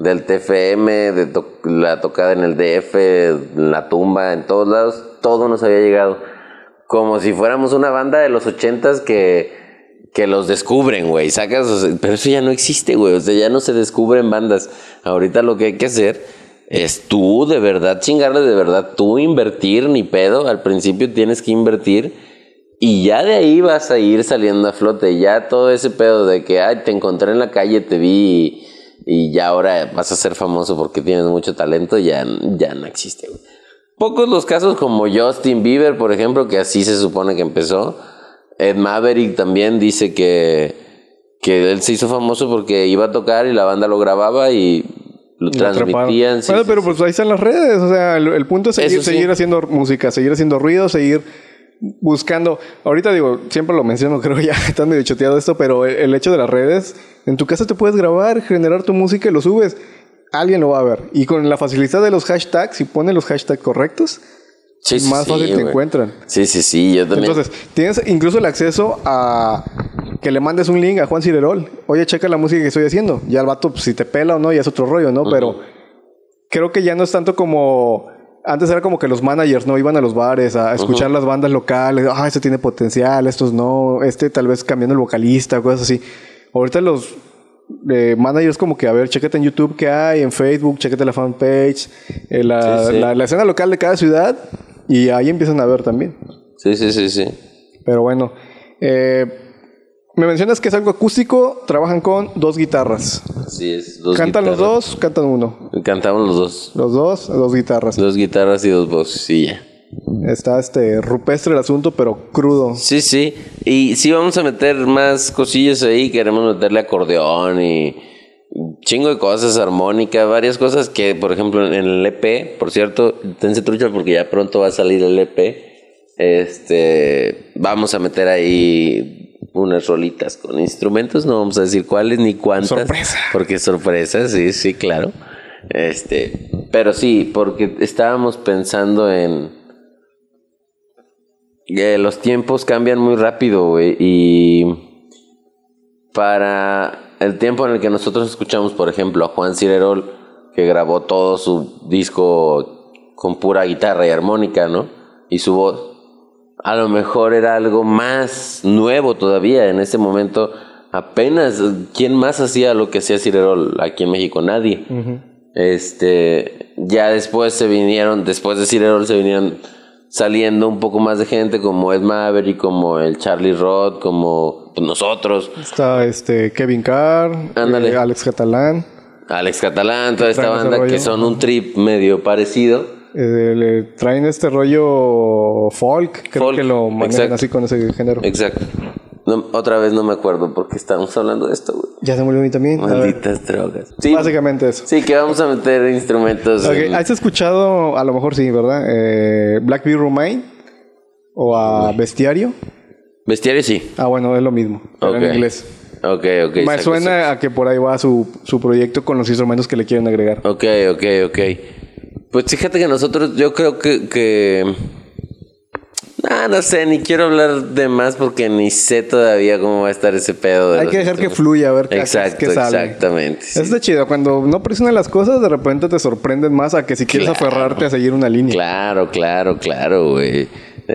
TFM, de la tocada en el DF, la tumba, en todos lados, todo nos había llegado. Como si fuéramos una banda de los 80s que los descubren, güey, pero eso ya no existe, güey, o sea, ya no se descubren bandas. Ahorita lo que hay que hacer es tú, de verdad, chingarle, de verdad, tú invertir, ni pedo, al principio tienes que invertir y ya de ahí vas a ir saliendo a flote. Ya todo ese pedo de que, te encontré en la calle, te vi y ya ahora vas a ser famoso porque tienes mucho talento, ya no existe, güey. Pocos los casos como Justin Bieber, por ejemplo, que así se supone que empezó. Ed Maverick también dice que él se hizo famoso porque iba a tocar y la banda lo grababa y lo transmitían. Bueno, pero pues ahí están las redes. O sea, el punto es seguir haciendo música, seguir haciendo ruido, seguir buscando. Ahorita digo, siempre lo menciono, creo ya está medio choteado esto, pero el hecho de las redes, en tu casa te puedes grabar, generar tu música y lo subes. Alguien lo va a ver. Y con la facilidad de los hashtags, si pones los hashtags correctos, más fácil te encuentran. Sí, yo también. Entonces, tienes incluso el acceso a que le mandes un link a Juan Cirerol. Oye, checa la música que estoy haciendo. Ya el vato, pues, si te pela o no, ya es otro rollo, ¿no? Pero creo que ya no es tanto como... Antes era como que los managers, ¿no? Iban a los bares a escuchar las bandas locales. Este tiene potencial, estos no. Tal vez cambiando el vocalista, cosas así. Ahorita los... managers como que, a ver, chécate en YouTube qué hay, en Facebook, chécate la fanpage, la escena local de cada ciudad y ahí empiezan a ver también. Sí. Pero bueno, me mencionas que es algo acústico, trabajan con 2 guitarras. Así es, 2 ¿Cantan guitarras. ¿Los 2? ¿Cantan uno? Cantamos los 2. ¿Los 2? 2 guitarras. 2 guitarras y 2 voces, sí, ya. Está rupestre el asunto, pero crudo. Sí. Y sí vamos a meter más cosillas ahí. Queremos meterle acordeón y chingo de cosas, armónica, varias cosas que, por ejemplo, en el EP, por cierto, tense trucha porque ya pronto va a salir el EP. Vamos a meter ahí unas rolitas con instrumentos, no vamos a decir cuáles ni cuántas. Sorpresa. Porque es sorpresa, sí, claro. Pero sí, porque estábamos pensando en que los tiempos cambian muy rápido, güey, y para el tiempo en el que nosotros escuchamos, por ejemplo, a Juan Cirerol, que grabó todo su disco con pura guitarra y armónica, ¿no? Y su voz, a lo mejor era algo más nuevo todavía. En ese momento, apenas, ¿quién más hacía lo que hacía Cirerol aquí en México? Nadie. Uh-huh. Ya después después de Cirerol se vinieron saliendo un poco más de gente, como Ed Maverick, como el Charlie Roth, como nosotros. Está Kevin Carr, Alex Catalán. Toda esta banda que son un trip medio parecido. Le traen este rollo folk, creo que lo manejan así con ese género. Exacto. No, otra vez no me acuerdo porque estamos hablando de esto, güey. Ya se me olvidó a mí también. Malditas drogas. Sí, básicamente eso. Sí, que vamos a meter instrumentos. Okay. ¿Has escuchado, a lo mejor sí, ¿verdad? Black Bear Mine o a Bestiario? Bestiario sí. Bueno, es lo mismo, pero en inglés. Ok. Me suena a que por ahí va su proyecto con los instrumentos que le quieren agregar. Ok. Pues fíjate que nosotros, yo creo que no sé, ni quiero hablar de más porque ni sé todavía cómo va a estar ese pedo. Hay que dejar que fluya, a ver qué sale. Exactamente. Sí. Eso está chido. Cuando no presionan las cosas, de repente te sorprenden más a que si quieres aferrarte a seguir una línea. Claro, güey.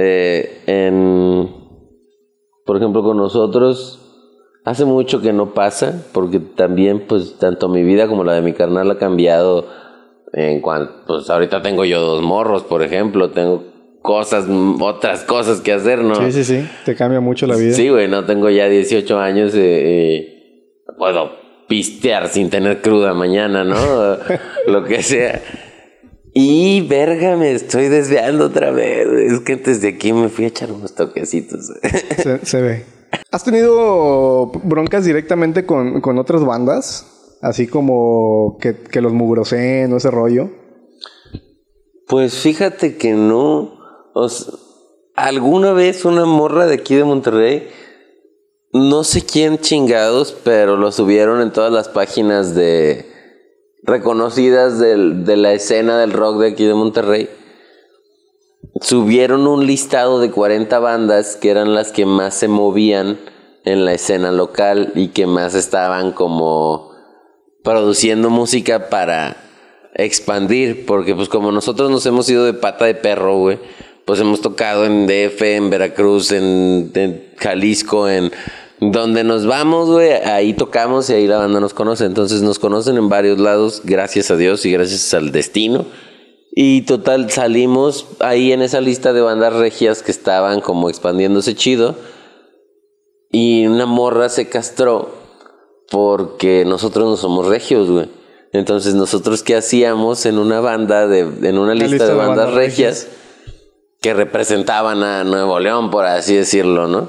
Por ejemplo, con nosotros, hace mucho que no pasa, porque también, pues, tanto mi vida como la de mi carnal ha cambiado en cuanto, pues, ahorita tengo yo 2 morros, por ejemplo, tengo otras cosas que hacer, ¿no? Sí, te cambia mucho la vida. Sí, güey, no tengo ya 18 años, puedo pistear sin tener cruda mañana, ¿no? Lo que sea. Y, verga, me estoy desviando otra vez. Es que antes de aquí me fui a echar unos toquecitos. Se ve. ¿Has tenido broncas directamente con otras bandas? Así como que los mugrosen o ese rollo. Pues fíjate que no. Alguna vez una morra de aquí de Monterrey, no sé quién chingados, pero lo subieron en todas las páginas reconocidas de la escena del rock de aquí de Monterrey. Subieron un listado de 40 bandas que eran las que más se movían en la escena local y que más estaban como produciendo música para expandir, porque pues como nosotros nos hemos ido de pata de perro, güey, pues hemos tocado en DF, en Veracruz, en Jalisco, en donde nos vamos, güey, ahí tocamos y ahí la banda nos conoce. Entonces nos conocen en varios lados, gracias a Dios y gracias al destino. Y total, salimos ahí en esa lista de bandas regias que estaban como expandiéndose chido. Y una morra se castró porque nosotros no somos regios, güey. Entonces, ¿nosotros qué hacíamos en una banda en una lista de bandas regias que representaban a Nuevo León, por así decirlo, ¿no?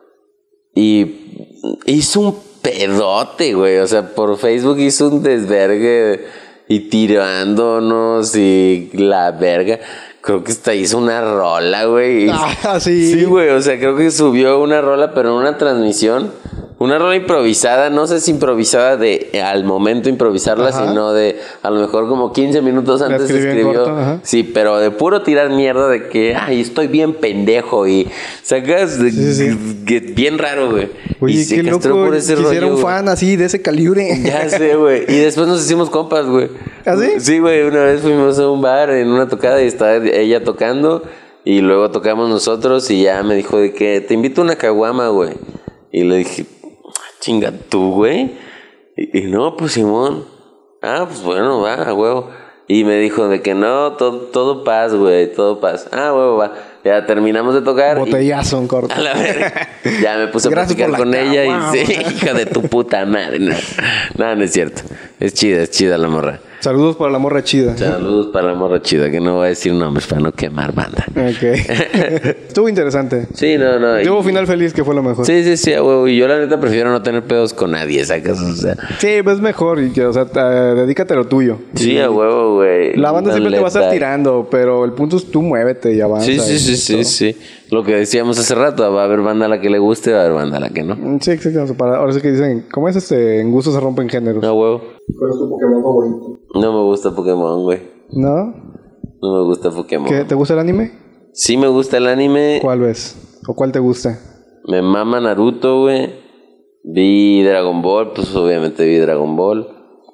Y hizo un pedote, güey. O sea, por Facebook hizo un desvergue y tirándonos y la verga. Creo que hasta hizo una rola, güey. Sí. Sí, güey. O sea, creo que subió una rola, pero en una transmisión. Una rola improvisada, no sé si improvisada al momento improvisarla, ajá, sino de a lo mejor como 15 minutos antes escribió. Corto, sí, pero de puro tirar mierda de que, estoy bien pendejo y sacas bien raro, güey. Oye, y se castró por ese rollo. Quisiera un fan así de ese calibre. Ya sé, güey. Y después nos hicimos compas, güey. ¿Ah, sí? Sí, güey. Una vez fuimos a un bar en una tocada y estaba ella tocando y luego tocamos nosotros y ya me dijo de que te invito a una caguama, güey. Y le dije, chinga tú, güey. Y no, pues Simón. Pues bueno, va, a huevo. Y me dijo de que no, todo paz, güey, todo paz. Huevo, va. Ya terminamos de tocar. Botellazo en corto. A la verga. Ya me puse a platicar con ella y sí, hija de tu puta madre. No es cierto. Es chida la morra. Saludos para la morra chida. Saludos para la morra chida, que no voy a decir nombres para no quemar banda. Ok. Estuvo interesante. Sí, no. Tuvo final feliz, que fue lo mejor. Sí, güey. Y yo la neta prefiero no tener pedos con nadie, ¿sacas? O sea. Sí, pues mejor. O sea, dedícate a lo tuyo. Sí, a huevo, güey. La banda siempre te va a estar tirando, pero el punto es tú muévete y avanza. Sí. Lo que decíamos hace rato, va a haber banda a la que le guste, va a haber banda a la que no. Sí, exacto. Ahora sí que dicen, ¿cómo es en gusto se rompen géneros? No, huevo. ¿Cuál es tu Pokémon favorito? No me gusta Pokémon, güey. ¿No? No me gusta Pokémon. ¿Qué? ¿Te gusta el anime? Sí me gusta el anime. ¿Cuál ves? ¿O cuál te gusta? Me mama Naruto, güey. Vi Dragon Ball, pues obviamente vi Dragon Ball.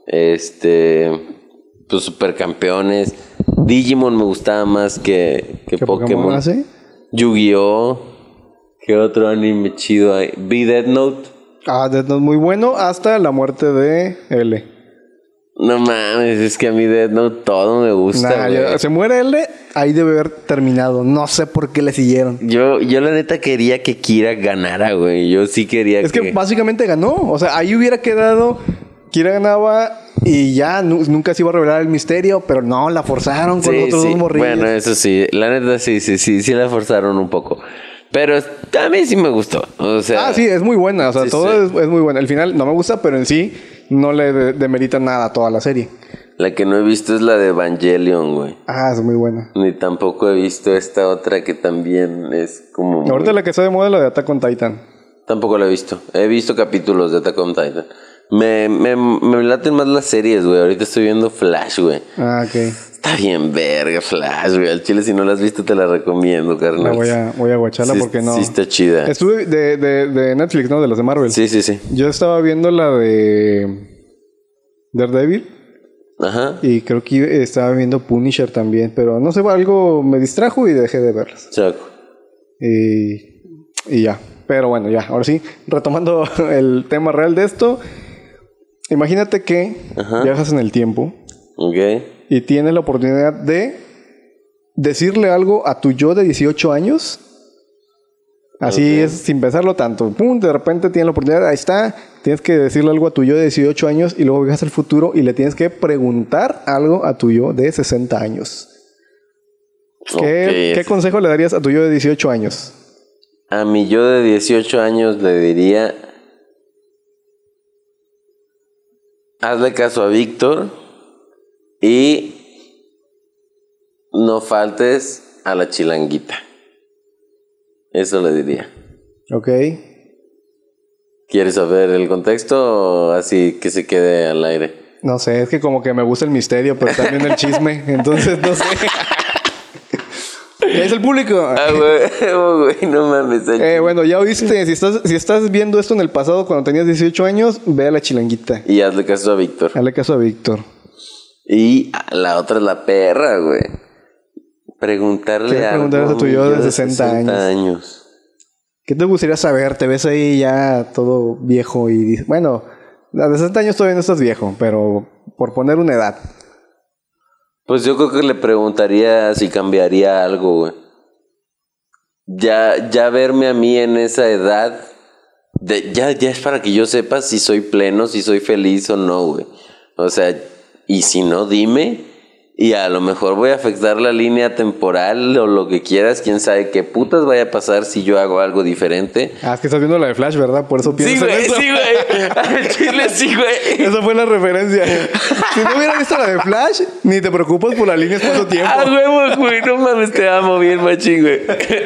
Pues Supercampeones. Digimon me gustaba más que Pokémon. ¿Ah, sí? Yu-Gi-Oh! ¿Qué otro anime chido hay? Vi Death Note. Ah, Death Note muy bueno hasta la muerte de L. No mames, es que a mí Death Note todo me gusta, güey. Se muere L, ahí debe haber terminado. No sé por qué le siguieron. Yo la neta quería que Kira ganara, güey. Yo sí quería Es que básicamente ganó. O sea, ahí hubiera quedado... Kira ganaba y ya nunca se iba a revelar el misterio, pero no, la forzaron con los otros dos morrillos. Bueno, eso sí. La neta sí la forzaron un poco. Pero a mí sí me gustó. O sea... Ah, sí, es muy buena. O sea, sí, todo es muy buena. El final no me gusta, pero en sí no le demerita nada a toda la serie. La que no he visto es la de Evangelion, güey. Ah, es muy buena. Ni tampoco he visto esta otra que también es como... Ahorita la que está de moda es la de Attack on Titan. Tampoco la he visto. He visto capítulos de Attack on Titan. Me laten más las series, güey. Ahorita estoy viendo Flash, güey. Ah, ok. Está bien verga Flash, güey. Al chile, si no la has visto, te la recomiendo, carnal. Voy a guacharla sí, porque no... Sí está chida. Estuve de Netflix, ¿no? De las de Marvel. Sí. Yo estaba viendo la de Daredevil. Ajá. Y creo que estaba viendo Punisher también. Pero no sé, algo me distrajo y dejé de verlas. Chaco. Y ya. Pero bueno, ya. Ahora sí, retomando el tema real de esto... Imagínate que viajas en el tiempo. Ok. Y tienes la oportunidad de decirle algo a tu yo de 18 años. Así es, sin pensarlo tanto. Pum, de repente tienes la oportunidad, ahí está. Tienes que decirle algo a tu yo de 18 años y luego viajas al futuro y le tienes que preguntar algo a tu yo de 60 años. ¿Qué consejo le darías a tu yo de 18 años? A mi yo de 18 años le diría... Hazle caso a Víctor y no faltes a la chilanguita. Eso le diría. Ok. ¿Quieres saber el contexto o así que se quede al aire? No sé, es que como que me gusta el misterio, pero también el chisme. Entonces, no sé. ¿Qué es el público? Ah, güey, no mames. Bueno, ya oíste. Si estás viendo esto en el pasado cuando tenías 18 años, ve a la chilanguita. Y hazle caso a Víctor. Hazle caso a Víctor. Y la otra es la perra, güey. Preguntarle a tu yo de 60 años. ¿Qué te gustaría saber? Te ves ahí ya todo viejo y dices, bueno, a 60 años todavía no estás viejo, pero por poner una edad. Pues yo creo que le preguntaría si cambiaría algo, güey. Ya verme a mí en esa edad, ya es para que yo sepa si soy pleno, si soy feliz o no, güey. O sea, y si no, dime. Y a lo mejor voy a afectar la línea temporal o lo que quieras. Quién sabe qué putas vaya a pasar si yo hago algo diferente. Ah, es que estás viendo la de Flash, ¿verdad? Por eso piensas en eso. Sí, güey. Al chile, sí, güey. Esa fue la referencia. Si no hubiera visto la de Flash, ni te preocupas por la línea espacio-tiempo. Ah, huevo, güey. No mames, te amo bien, machín, güey.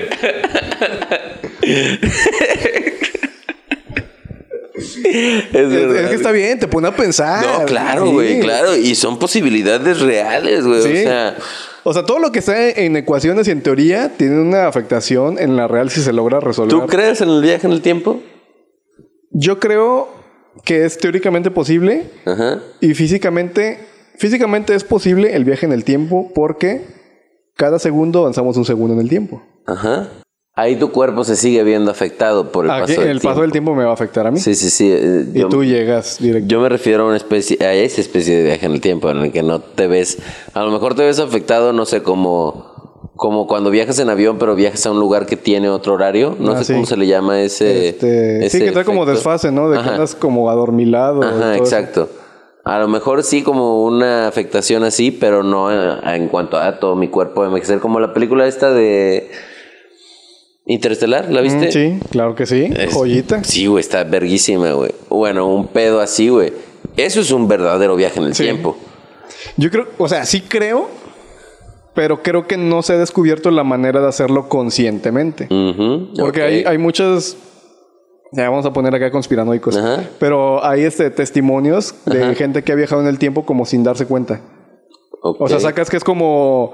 Es que está bien, te pone a pensar. No, claro, güey, claro. Y son posibilidades reales, güey. Sí. O sea, todo lo que está en ecuaciones y en teoría tiene una afectación en la real si se logra resolver. ¿Tú crees en el viaje en el tiempo? Yo creo que es teóricamente posible. Ajá. Y físicamente es posible el viaje en el tiempo porque cada segundo avanzamos un segundo en el tiempo. Ajá. Ahí tu cuerpo se sigue viendo afectado por el paso del tiempo. El paso del tiempo me va a afectar a mí. Sí. Y tú llegas directo. Yo me refiero a esa especie de viaje en el tiempo en el que no te ves... A lo mejor te ves afectado, no sé, como cuando viajas en avión, pero viajas a un lugar que tiene otro horario. No sé cómo se le llama ese sí, que trae como desfase, ¿no? De que andas como adormilado. Ajá, exacto. Eso. A lo mejor sí como una afectación así, pero no en cuanto a todo mi cuerpo envejecer. Como la película esta de... Interestelar, ¿la viste? Sí, claro que sí. Joyita. Sí, güey, está verguísima, güey. Bueno, un pedo así, güey. Eso es un verdadero viaje en el tiempo. Yo creo, o sea, sí creo pero creo que no se ha descubierto la manera de hacerlo conscientemente. Porque hay muchas... Ya vamos a poner acá conspiranoicos. Pero hay testimonios de gente que ha viajado en el tiempo como sin darse cuenta. O sea, sacas que es como...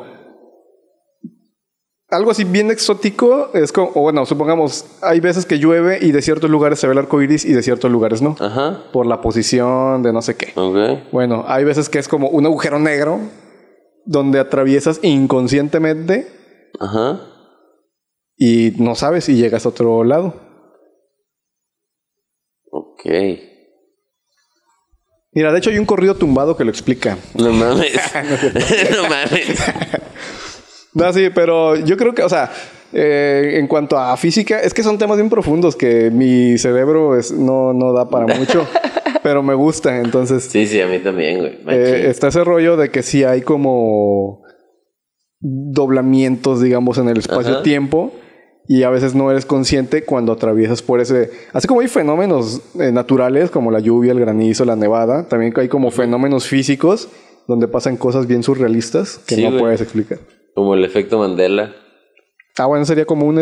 Algo así bien exótico. Es como... O bueno, supongamos, hay veces que llueve y de ciertos lugares se ve el arco iris y de ciertos lugares no. Por la posición de no sé qué. Bueno, hay veces que es como un agujero negro donde atraviesas inconscientemente y no sabes y llegas a otro lado. Ok. Mira, de hecho hay un corrido tumbado que lo explica. No mames. No mames. No, sí, pero yo creo que, o sea, en cuanto a física, es que son temas bien profundos que mi cerebro no da para mucho. Pero me gusta, entonces... Sí, a mí también, güey. Está ese rollo de que sí hay como doblamientos, digamos, en el espacio-tiempo y a veces no eres consciente cuando atraviesas por ese... Así como hay fenómenos naturales como la lluvia, el granizo, la nevada, también hay como fenómenos físicos donde pasan cosas bien surrealistas que no puedes explicar. Como el efecto Mandela. Bueno, sería como un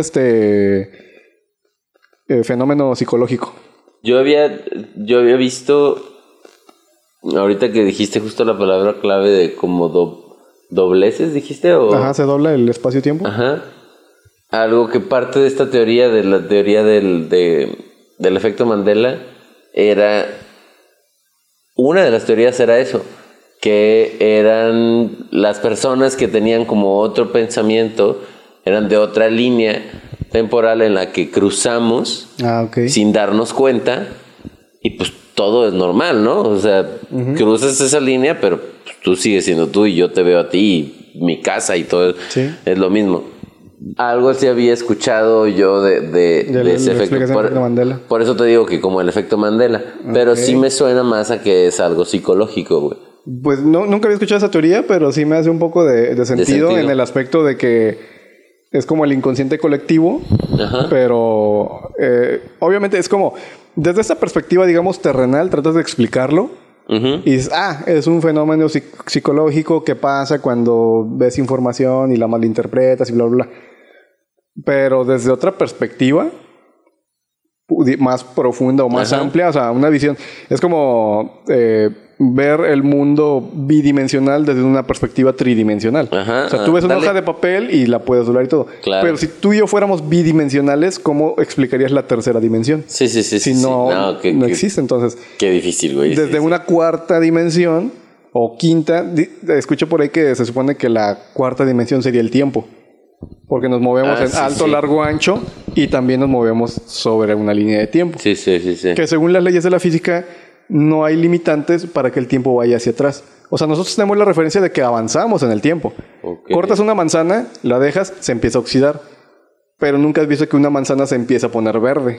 fenómeno psicológico. Yo había visto, ahorita que dijiste justo la palabra clave de como dobleces, ¿dijiste? ¿O? Se dobla el espacio-tiempo. Algo que parte de esta teoría, de la teoría del efecto Mandela, era... Una de las teorías era eso, que eran las personas que tenían como otro pensamiento, eran de otra línea temporal en la que cruzamos sin darnos cuenta y pues todo es normal, ¿no? O sea, cruzas esa línea, pero pues, tú sigues siendo tú y yo te veo a ti y mi casa y todo es lo mismo. Algo así había escuchado yo de ese efecto. Por eso te digo que como el efecto Mandela. Pero sí me suena más a que es algo psicológico, güey. Pues nunca había escuchado esa teoría, pero sí me hace un poco de sentido en el aspecto de que es como el inconsciente colectivo, pero obviamente es como, desde esta perspectiva, digamos, terrenal, tratas de explicarlo y dices, es un fenómeno psicológico que pasa cuando ves información y la malinterpretas y bla, bla, bla. Pero desde otra perspectiva, más profunda o más amplia, o sea, una visión, es como... ver el mundo bidimensional desde una perspectiva tridimensional. O sea, tú ves una hoja de papel y la puedes doblar y todo. Pero si tú y yo fuéramos bidimensionales, ¿cómo explicarías la tercera dimensión? Sí. Si no existe, entonces... Qué difícil, güey. Desde una cuarta dimensión o quinta... Escucho por ahí que se supone que la cuarta dimensión sería el tiempo. Porque nos movemos en alto, largo, ancho y también nos movemos sobre una línea de tiempo. Sí. Que según las leyes de la física... no hay limitantes para que el tiempo vaya hacia atrás. O sea, nosotros tenemos la referencia de que avanzamos en el tiempo. Cortas una manzana, la dejas, se empieza a oxidar. Pero nunca has visto que una manzana se empieza a poner verde.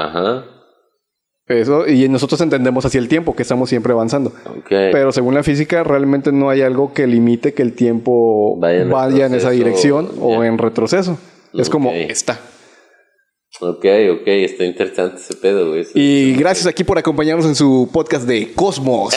Eso, y nosotros entendemos así el tiempo, que estamos siempre avanzando. Pero según la física, realmente no hay algo que limite que el tiempo vaya en esa dirección o en retroceso. Es como está. Ok, está interesante ese pedo, güey. Y gracias aquí por acompañarnos en su podcast de Cosmos.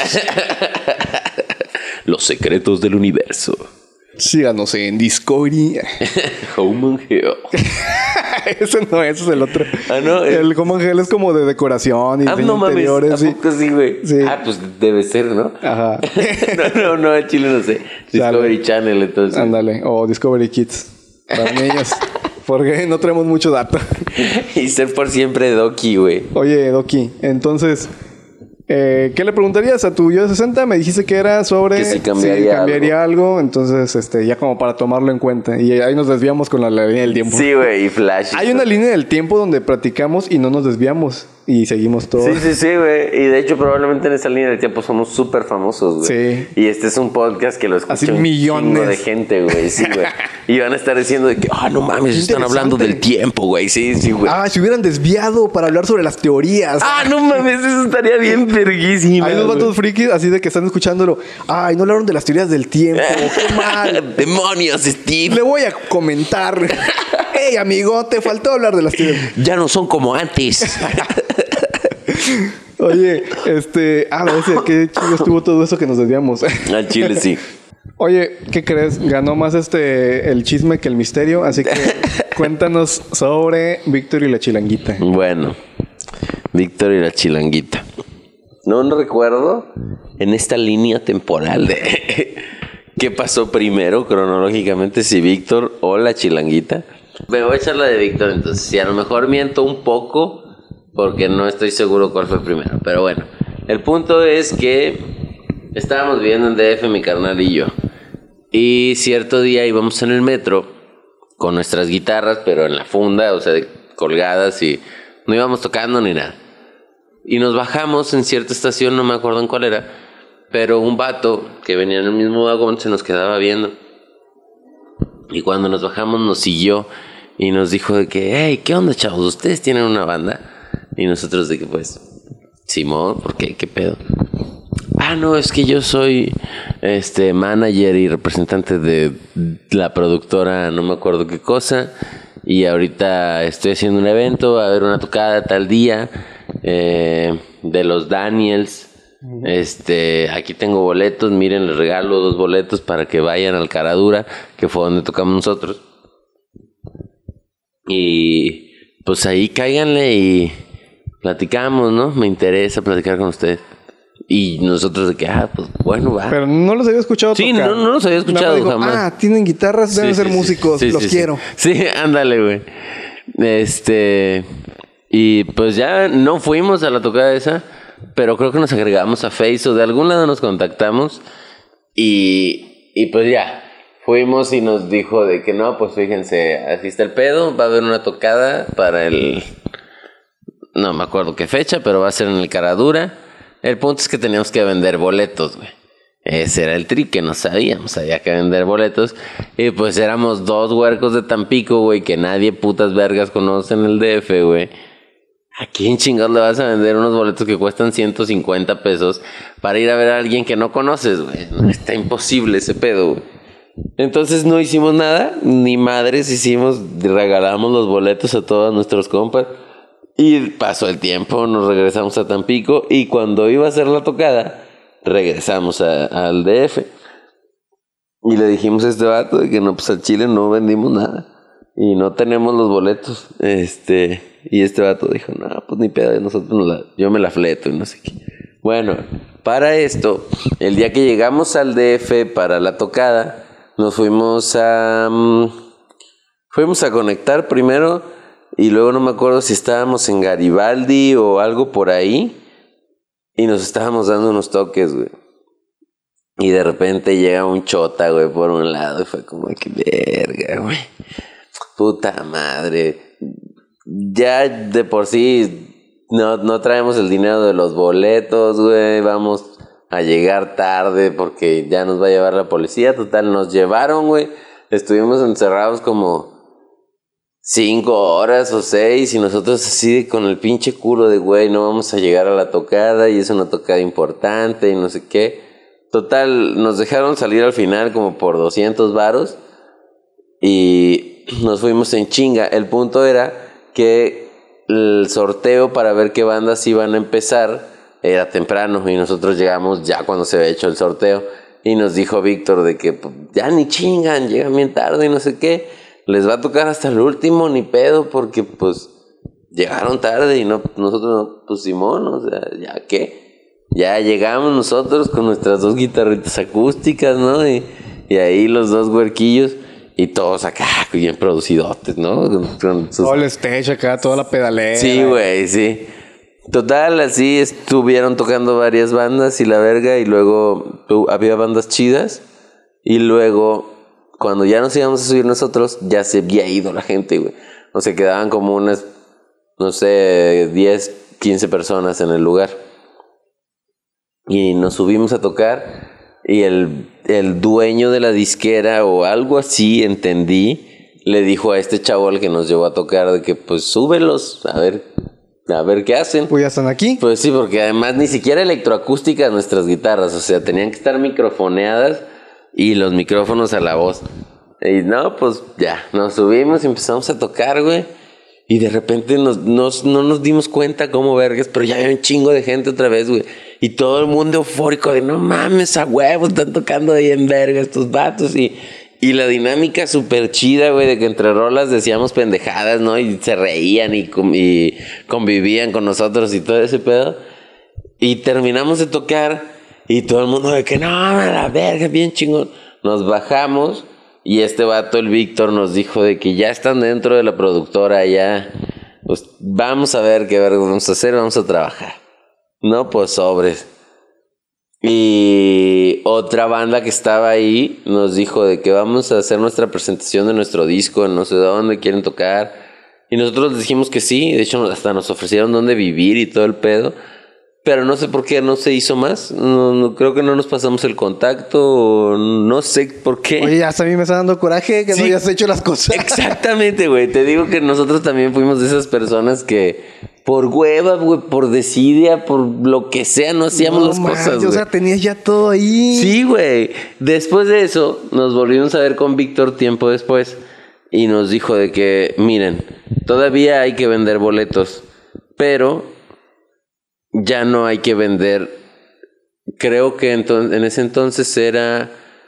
Los secretos del universo. Síganos en Discovery. Home and Hell. Ese no, ese es el otro. ¿No? El Home and Hell es como de decoración y de interiores. ¿A poco sí, güey? Sí. Pues debe ser, ¿no? No, en Chile no sé. Discovery Channel, entonces. Ándale, o Discovery Kids. Para niños. Porque no tenemos mucho dato. Y ser por siempre Doki, güey. Oye, Doki, entonces... ¿qué le preguntarías a tu yo de 60? Me dijiste que era sobre... Que si cambiaría algo. Entonces, ya como para tomarlo en cuenta. Y ahí nos desviamos con la línea del tiempo. Sí, güey, y Flash. Hay una línea del tiempo donde platicamos y no nos desviamos. Y seguimos todo. Sí, güey. Y de hecho, probablemente en esa línea del tiempo somos súper famosos, güey. Sí. Y este es un podcast que lo escucha un chingo de gente, güey. Sí, güey. Y van a estar diciendo de que, no mames, están hablando del tiempo, güey. Sí, güey. Se hubieran desviado para hablar sobre las teorías. No mames, eso estaría bien verguísima. Hay unos vatos frikis así de que están escuchándolo. No hablaron de las teorías del tiempo. ¡Qué mal! ¡Demonios, Steve! Le voy a comentar. ¡Ey, amigo! Te faltó hablar de las teorías. Ya no son como antes. Oye, a ver, qué chido estuvo todo eso que nos desviamos. Al chile, sí. Oye, ¿qué crees? Ganó más el chisme que el misterio, así que cuéntanos sobre Víctor y la Chilanguita. Bueno, Víctor y la Chilanguita. No recuerdo en esta línea temporal de qué pasó primero cronológicamente, si Víctor o la Chilanguita. Me voy a echar la de Víctor entonces. Si a lo mejor miento un poco, porque no estoy seguro cuál fue primero. Pero bueno, el punto es que estábamos viviendo en DF, mi carnal y yo. Y cierto día íbamos en el metro con nuestras guitarras, pero en la funda, o sea, colgadas, y no íbamos tocando ni nada. Y nos bajamos en cierta estación, no me acuerdo en cuál era, pero un vato que venía en el mismo vagón se nos quedaba viendo. Y cuando nos bajamos nos siguió y nos dijo de que, hey, ¿qué onda, chavos? ¿Ustedes tienen una banda? Y nosotros de que, pues, Simón, ¿por qué? ¿Qué pedo? Ah, no, es que yo soy manager y representante de la productora, no me acuerdo qué cosa, y ahorita estoy haciendo un evento, va a haber una tocada tal día de los Daniels. Aquí tengo boletos, miren, les regalo 2 boletos para que vayan al Caradura, que fue donde tocamos nosotros. Y pues ahí cáiganle y platicamos, ¿no? Me interesa platicar con ustedes. Y nosotros de que, pues bueno, va. Pero no los había escuchado tocar. Sí, no los había escuchado digo, jamás. Tienen guitarras, deben ser músicos, los quiero. Sí, ándale, güey. Y pues ya no fuimos a la tocada esa, pero creo que nos agregamos a Face o de algún lado nos contactamos y pues ya, fuimos y nos dijo de que no, pues fíjense, así está el pedo, va a haber una tocada para no me acuerdo qué fecha, pero va a ser en el Caradura. El punto es que teníamos que vender boletos, güey. Ese era el trick que no sabíamos, había que vender boletos. Y pues éramos 2 huercos de Tampico, güey, que nadie putas vergas conoce en el DF, güey. ¿A quién chingados le vas a vender unos boletos que cuestan 150 pesos para ir a ver a alguien que no conoces, güey? Está imposible ese pedo, güey. Entonces no hicimos nada, ni madres hicimos, regalamos los boletos a todos nuestros compas. Y pasó el tiempo, nos regresamos a Tampico y cuando iba a ser la tocada, regresamos al DF. Y le dijimos a este vato de que no, pues al Chile no vendimos nada y no tenemos los boletos. Y este vato dijo, no, pues ni pedo, yo me la fleto y no sé qué. Bueno, para esto, el día que llegamos al DF para la tocada, nos fuimos a conectar primero. Y luego no me acuerdo si estábamos en Garibaldi o algo por ahí. Y nos estábamos dando unos toques, güey. Y de repente llega un chota, güey, por un lado. Y fue como, que verga, güey. Puta madre. Ya de por sí no traemos el dinero de los boletos, güey. Vamos a llegar tarde porque ya nos va a llevar la policía. Total, nos llevaron, güey. Estuvimos encerrados como 5 horas o 6 y nosotros así con el pinche culo de güey, no vamos a llegar a la tocada y es una tocada importante y no sé qué. Total, nos dejaron salir al final como por 200 varos y nos fuimos en chinga. El punto era que el sorteo para ver qué bandas iban a empezar era temprano y nosotros llegamos ya cuando se había hecho el sorteo y nos dijo Víctor de que ya ni chingan, llegan bien tarde y no sé qué. Les va a tocar hasta el último, ni pedo, porque pues llegaron tarde y nosotros no, pues Simón, o sea, ¿ya qué? Ya llegamos nosotros con nuestras 2 guitarritas acústicas, ¿no? Y ahí los 2 huerquillos y todos acá, bien producidotes, ¿no? Con sus... Todo el stage acá, toda la pedalera. Sí, güey, sí. Total, así estuvieron tocando varias bandas y la verga, y luego había bandas chidas, y luego... Cuando ya nos íbamos a subir nosotros, ya se había ido la gente, güey. O sea, quedaban como unas, no sé, 10, 15 personas en el lugar. Y nos subimos a tocar y el dueño de la disquera o algo así, entendí, le dijo a este chavo al que nos llevó a tocar de que pues súbelos, a ver qué hacen. Pues ya están aquí. Pues sí, porque además ni siquiera electroacústicas nuestras guitarras, o sea, tenían que estar microfoneadas. Y los micrófonos a la voz. Y no, pues ya, nos subimos y empezamos a tocar, güey. Y de repente no nos dimos cuenta cómo vergas, pero ya había un chingo de gente otra vez, güey. Y todo el mundo eufórico de no mames, a huevo, están tocando ahí en verga estos vatos. Y la dinámica súper chida, güey, de que entre rolas decíamos pendejadas, ¿no? Y se reían y convivían con nosotros y todo ese pedo. Y terminamos de tocar y todo el mundo de que no, a la verga, bien chingón. Nos bajamos y este vato, el Víctor, nos dijo de que ya están dentro de la productora, ya. Pues vamos a ver qué vamos a hacer, vamos a trabajar. No, pues sobres. Y otra banda que estaba ahí nos dijo de que vamos a hacer nuestra presentación de nuestro disco en no sé dónde quieren tocar. Y nosotros les dijimos que sí. De hecho, hasta nos ofrecieron dónde vivir y todo el pedo. Pero no sé por qué no se hizo más. No, creo que no nos pasamos el contacto. No sé por qué. Oye, hasta a mí me está dando coraje que no hayas hecho las cosas. Exactamente, güey. Te digo que nosotros también fuimos de esas personas que por hueva, güey, por desidia, por lo que sea, no hacíamos las cosas, güey. O sea, tenías ya todo ahí. Sí, güey. Después de eso, nos volvimos a ver con Víctor tiempo después. Y nos dijo de que, miren, todavía hay que vender boletos. Pero ya no hay que vender. Creo que en ese entonces era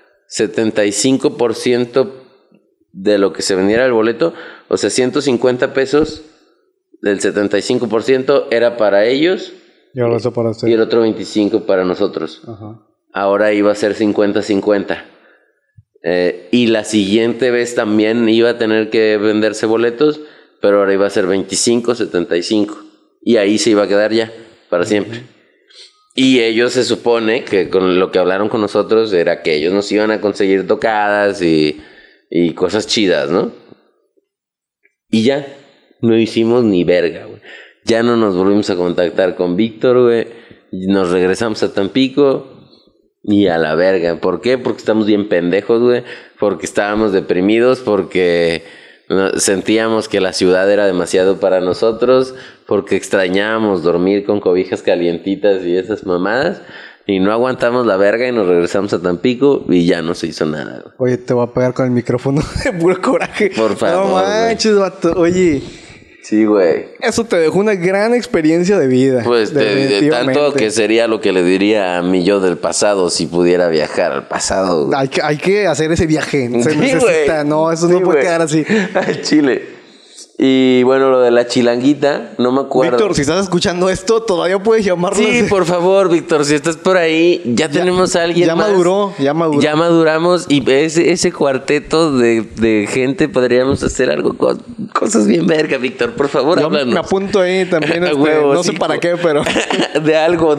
75% de lo que se vendiera el boleto. O sea, 150 pesos del 75% era para ellos. Y ahora eso para usted. Y el otro 25% para nosotros. Ajá. Ahora iba a ser 50-50. Y la siguiente vez también iba a tener que venderse boletos, pero ahora iba a ser 25-75. Y ahí se iba a quedar ya, para siempre. Y ellos se supone que con lo que hablaron con nosotros era que ellos nos iban a conseguir tocadas y cosas chidas, ¿no? Y ya, no hicimos ni verga, güey. Ya no nos volvimos a contactar con Víctor, güey. Nos regresamos a Tampico y a la verga. ¿Por qué? Porque estamos bien pendejos, güey. Porque estábamos deprimidos, porque sentíamos que la ciudad era demasiado para nosotros, porque extrañábamos dormir con cobijas calientitas y esas mamadas. Y no aguantamos la verga y nos regresamos a Tampico y ya no se hizo nada, güey. Oye, te voy a pegar con el micrófono de puro coraje. Por favor. No manches, vato. Oye. Sí, güey. Eso te dejó una gran experiencia de vida. Pues de tanto que sería lo que le diría a mi yo del pasado si pudiera viajar al pasado. Hay que hacer ese viaje. Se sí, necesita. Wey. No, eso sí, no puede quedar así. Al Chile. Y bueno, lo de la chilanguita, no me acuerdo. Víctor, si estás escuchando esto, todavía puedes llamarlo. Sí, por favor, Víctor, si estás por ahí, ya tenemos a alguien más. Ya maduramos y ese cuarteto de gente podríamos hacer algo, cosas bien verga, Víctor, por favor, háblanos. Me apunto ahí también, huevo, no sé para qué, pero... de algo.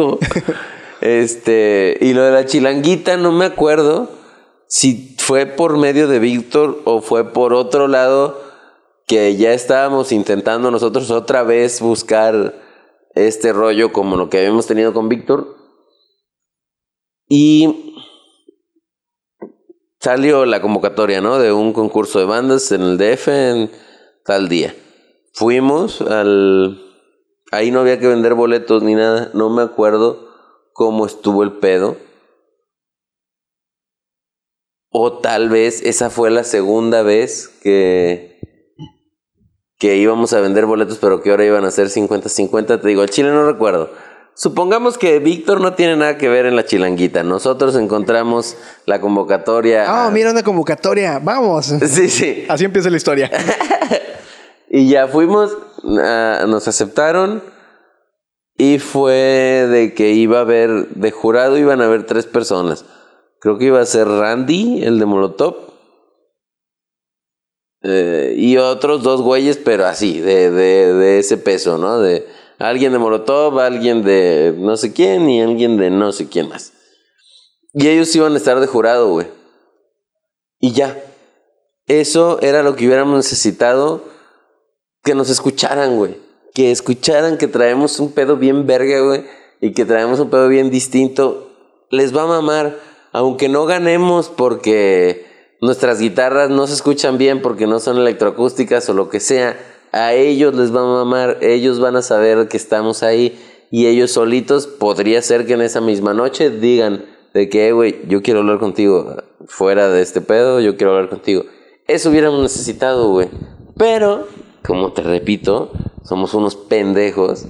Y lo de la chilanguita, no me acuerdo si fue por medio de Víctor o fue por otro lado, que ya estábamos intentando nosotros otra vez buscar este rollo como lo que habíamos tenido con Víctor. Y salió la convocatoria, ¿no? De un concurso de bandas en el DF en tal día. Fuimos ahí no había que vender boletos ni nada. No me acuerdo cómo estuvo el pedo. O tal vez esa fue la segunda vez que íbamos a vender boletos, pero que ahora iban a ser 50-50. Te digo, al chile no recuerdo. Supongamos que Víctor no tiene nada que ver en la chilanguita. Nosotros encontramos la convocatoria. Mira una convocatoria. Vamos. Sí. Así empieza la historia. Y ya fuimos, nos aceptaron. Y fue de que iba a haber, de jurado iban a haber 3 personas. Creo que iba a ser Randy, el de Molotov. Y otros 2 güeyes, pero así, de ese peso, ¿no? De alguien de Molotov, alguien de no sé quién y alguien de no sé quién más. Y ellos iban a estar de jurado, güey. Y ya. Eso era lo que hubiéramos necesitado. Que nos escucharan, güey. Que escucharan que traemos un pedo bien verga, güey. Y que traemos un pedo bien distinto. Les va a mamar. Aunque no ganemos porque nuestras guitarras no se escuchan bien porque no son electroacústicas o lo que sea, a ellos les va a mamar, ellos van a saber que estamos ahí y ellos solitos podría ser que en esa misma noche digan de que, güey, yo quiero hablar contigo fuera de este pedo, yo quiero hablar contigo. Eso hubiéramos necesitado, güey. Pero, como te repito, somos unos pendejos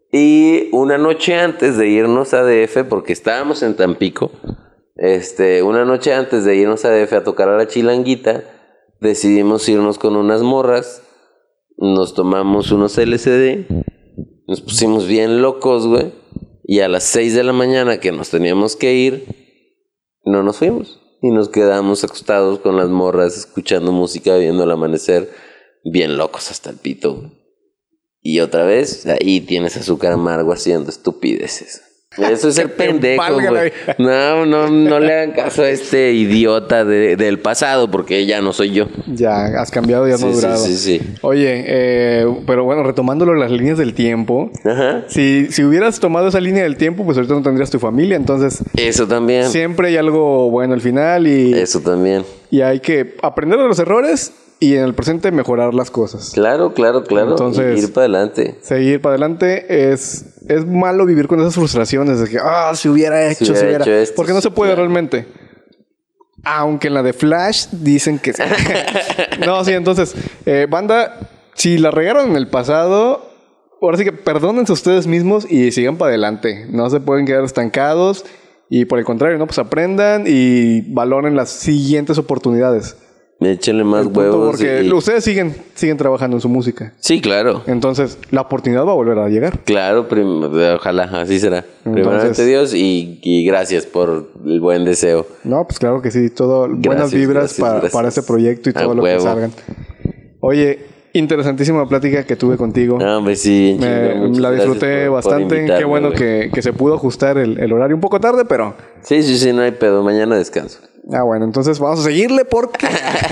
Y una noche antes de irnos a DF, porque estábamos en Tampico, una noche antes de irnos a DF a tocar a la Chilanguita, decidimos irnos con unas morras, nos tomamos unos LSD, nos pusimos bien locos, güey, y a las 6 de la mañana que nos teníamos que ir, no nos fuimos. Y nos quedamos acostados con las morras, escuchando música, viendo el amanecer, bien locos hasta el pito, güey. Y otra vez, ahí tienes Azúcar Amargo haciendo estupideces. Eso es ser pendejo, güey. No le hagan caso a este idiota del pasado, porque ya no soy yo. Ya, has cambiado y has madurado. Sí. Oye, pero bueno, retomándolo las líneas del tiempo. Ajá. Si hubieras tomado esa línea del tiempo, pues ahorita no tendrías tu familia, entonces... Eso también. Siempre hay algo bueno al final y... Eso también. Y hay que aprender de los errores y en el presente mejorar las cosas. Claro. Entonces, ir para adelante. Seguir para adelante es malo vivir con esas frustraciones de que, si hubiera hecho esto. Porque no se puede realmente. Aunque en la de Flash dicen que sí. No, sí, entonces, banda, si la regaron en el pasado, ahora sí que perdónense ustedes mismos y sigan para adelante. No se pueden quedar estancados y por el contrario, ¿no? Pues aprendan y valoren las siguientes oportunidades. Échenle más huevos. Porque ustedes siguen trabajando en su música. Sí, claro. Entonces, la oportunidad va a volver a llegar. Claro, ojalá, así será. Primeramente Dios y gracias por el buen deseo. No, pues claro que sí. Buenas vibras para este proyecto y todo lo que salgan. Oye, interesantísima plática que tuve contigo. No, hombre, sí. La disfruté bastante. Qué bueno que se pudo ajustar el horario un poco tarde, pero... Sí, no hay pedo. Mañana descanso. Bueno, entonces vamos a seguirle porque...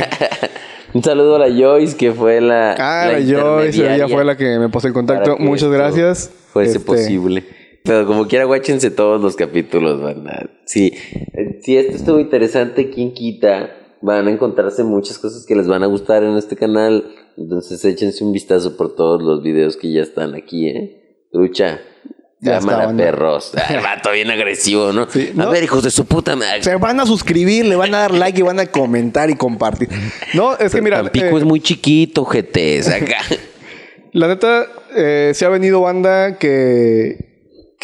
Un saludo a la Joyce, que fue la Joyce, ella fue la que me puso en contacto. Muchas gracias. Fuese posible. Pero como quiera, guáchense todos los capítulos, ¿verdad? Sí, esto estuvo interesante, ¿quién quita? Van a encontrarse muchas cosas que les van a gustar en este canal. Entonces échense un vistazo por todos los videos que ya están aquí, Trucha. Cámara, perros. El vato bien agresivo, ¿no? Sí, ¿no? A ver, hijos de su puta madre. Se van a suscribir, le van a dar like y van a comentar y compartir. No, es que mira... Tampico es muy chiquito, GT, acá. La neta, se ha venido banda que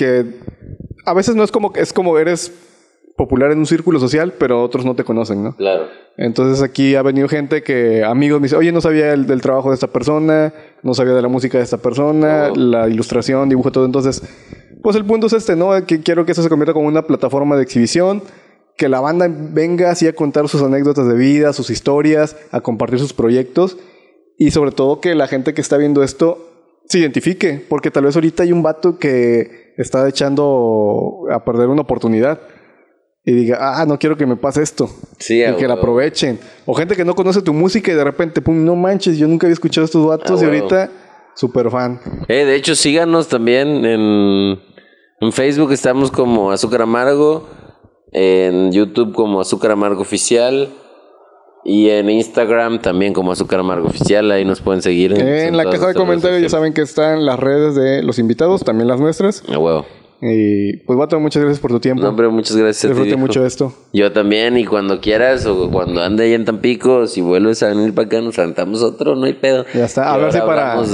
a veces no es como eres popular en un círculo social, pero otros no te conocen, ¿no? Claro. Entonces aquí ha venido gente amigos me dicen, oye, no sabía del trabajo de esta persona, no sabía de la música de esta persona, la ilustración, dibujo, todo. Entonces, pues el punto es ¿no? Que quiero que eso se convierta como una plataforma de exhibición, que la banda venga así a contar sus anécdotas de vida, sus historias, a compartir sus proyectos y sobre todo que la gente que está viendo esto se identifique, porque tal vez ahorita hay un vato que está echando a perder una oportunidad. Y diga, no quiero que me pase esto. Sí, y que la aprovechen. O gente que no conoce tu música y de repente, pum, no manches, yo nunca había escuchado a estos vatos y ahorita, súper fan. De hecho, síganos también en Facebook, estamos como Azúcar Amargo, en YouTube como Azúcar Amargo Oficial y en Instagram también como Azúcar Amargo Oficial, ahí nos pueden seguir. En la caja de comentarios ya saben que están las redes de los invitados, también las nuestras. Y pues, vato, muchas gracias por tu tiempo. No, hombre, muchas gracias a ti. Disfruté mucho esto. Yo también, y cuando quieras o cuando ande ahí en Tampico, si vuelves a venir para acá, nos sentamos otro, no hay pedo. Ya está, a ver si hablamos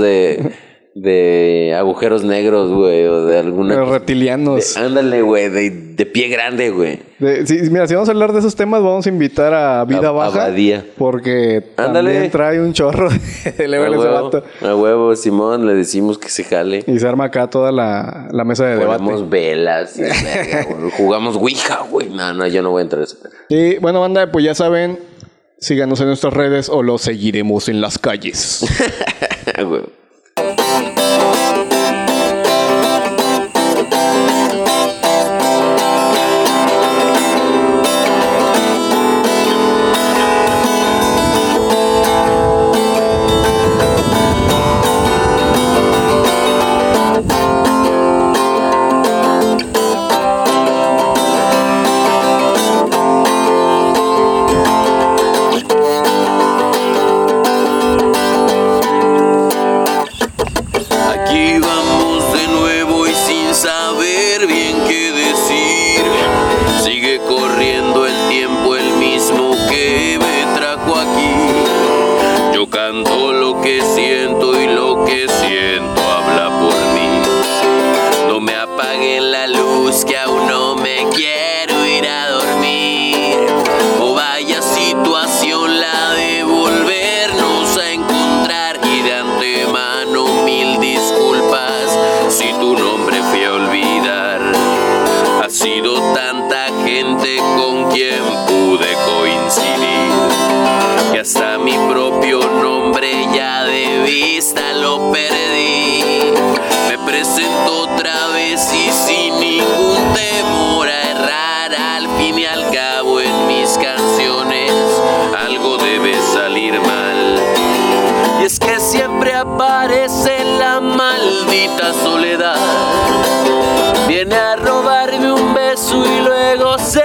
de agujeros negros, güey, o de alguna... De reptilianos. Ándale, güey, de pie grande, güey. Mira, si vamos a hablar de esos temas, vamos a invitar a Vida Baja. Abadía. Porque también trae un chorro de level ese vato. A huevo, Simón, le decimos que se jale. Y se arma acá toda la mesa de debate. Ponemos velas, jugamos Ouija, güey. No, yo no voy a entrar a eso. Y bueno, banda, pues ya saben, síganos en nuestras redes o los seguiremos en las calles. Güey. perdí. Me presento otra vez y sin ningún temor a errar. Al fin y al cabo en mis canciones algo debe salir mal. Y es que siempre aparece la maldita soledad. Viene a robarme un beso y luego se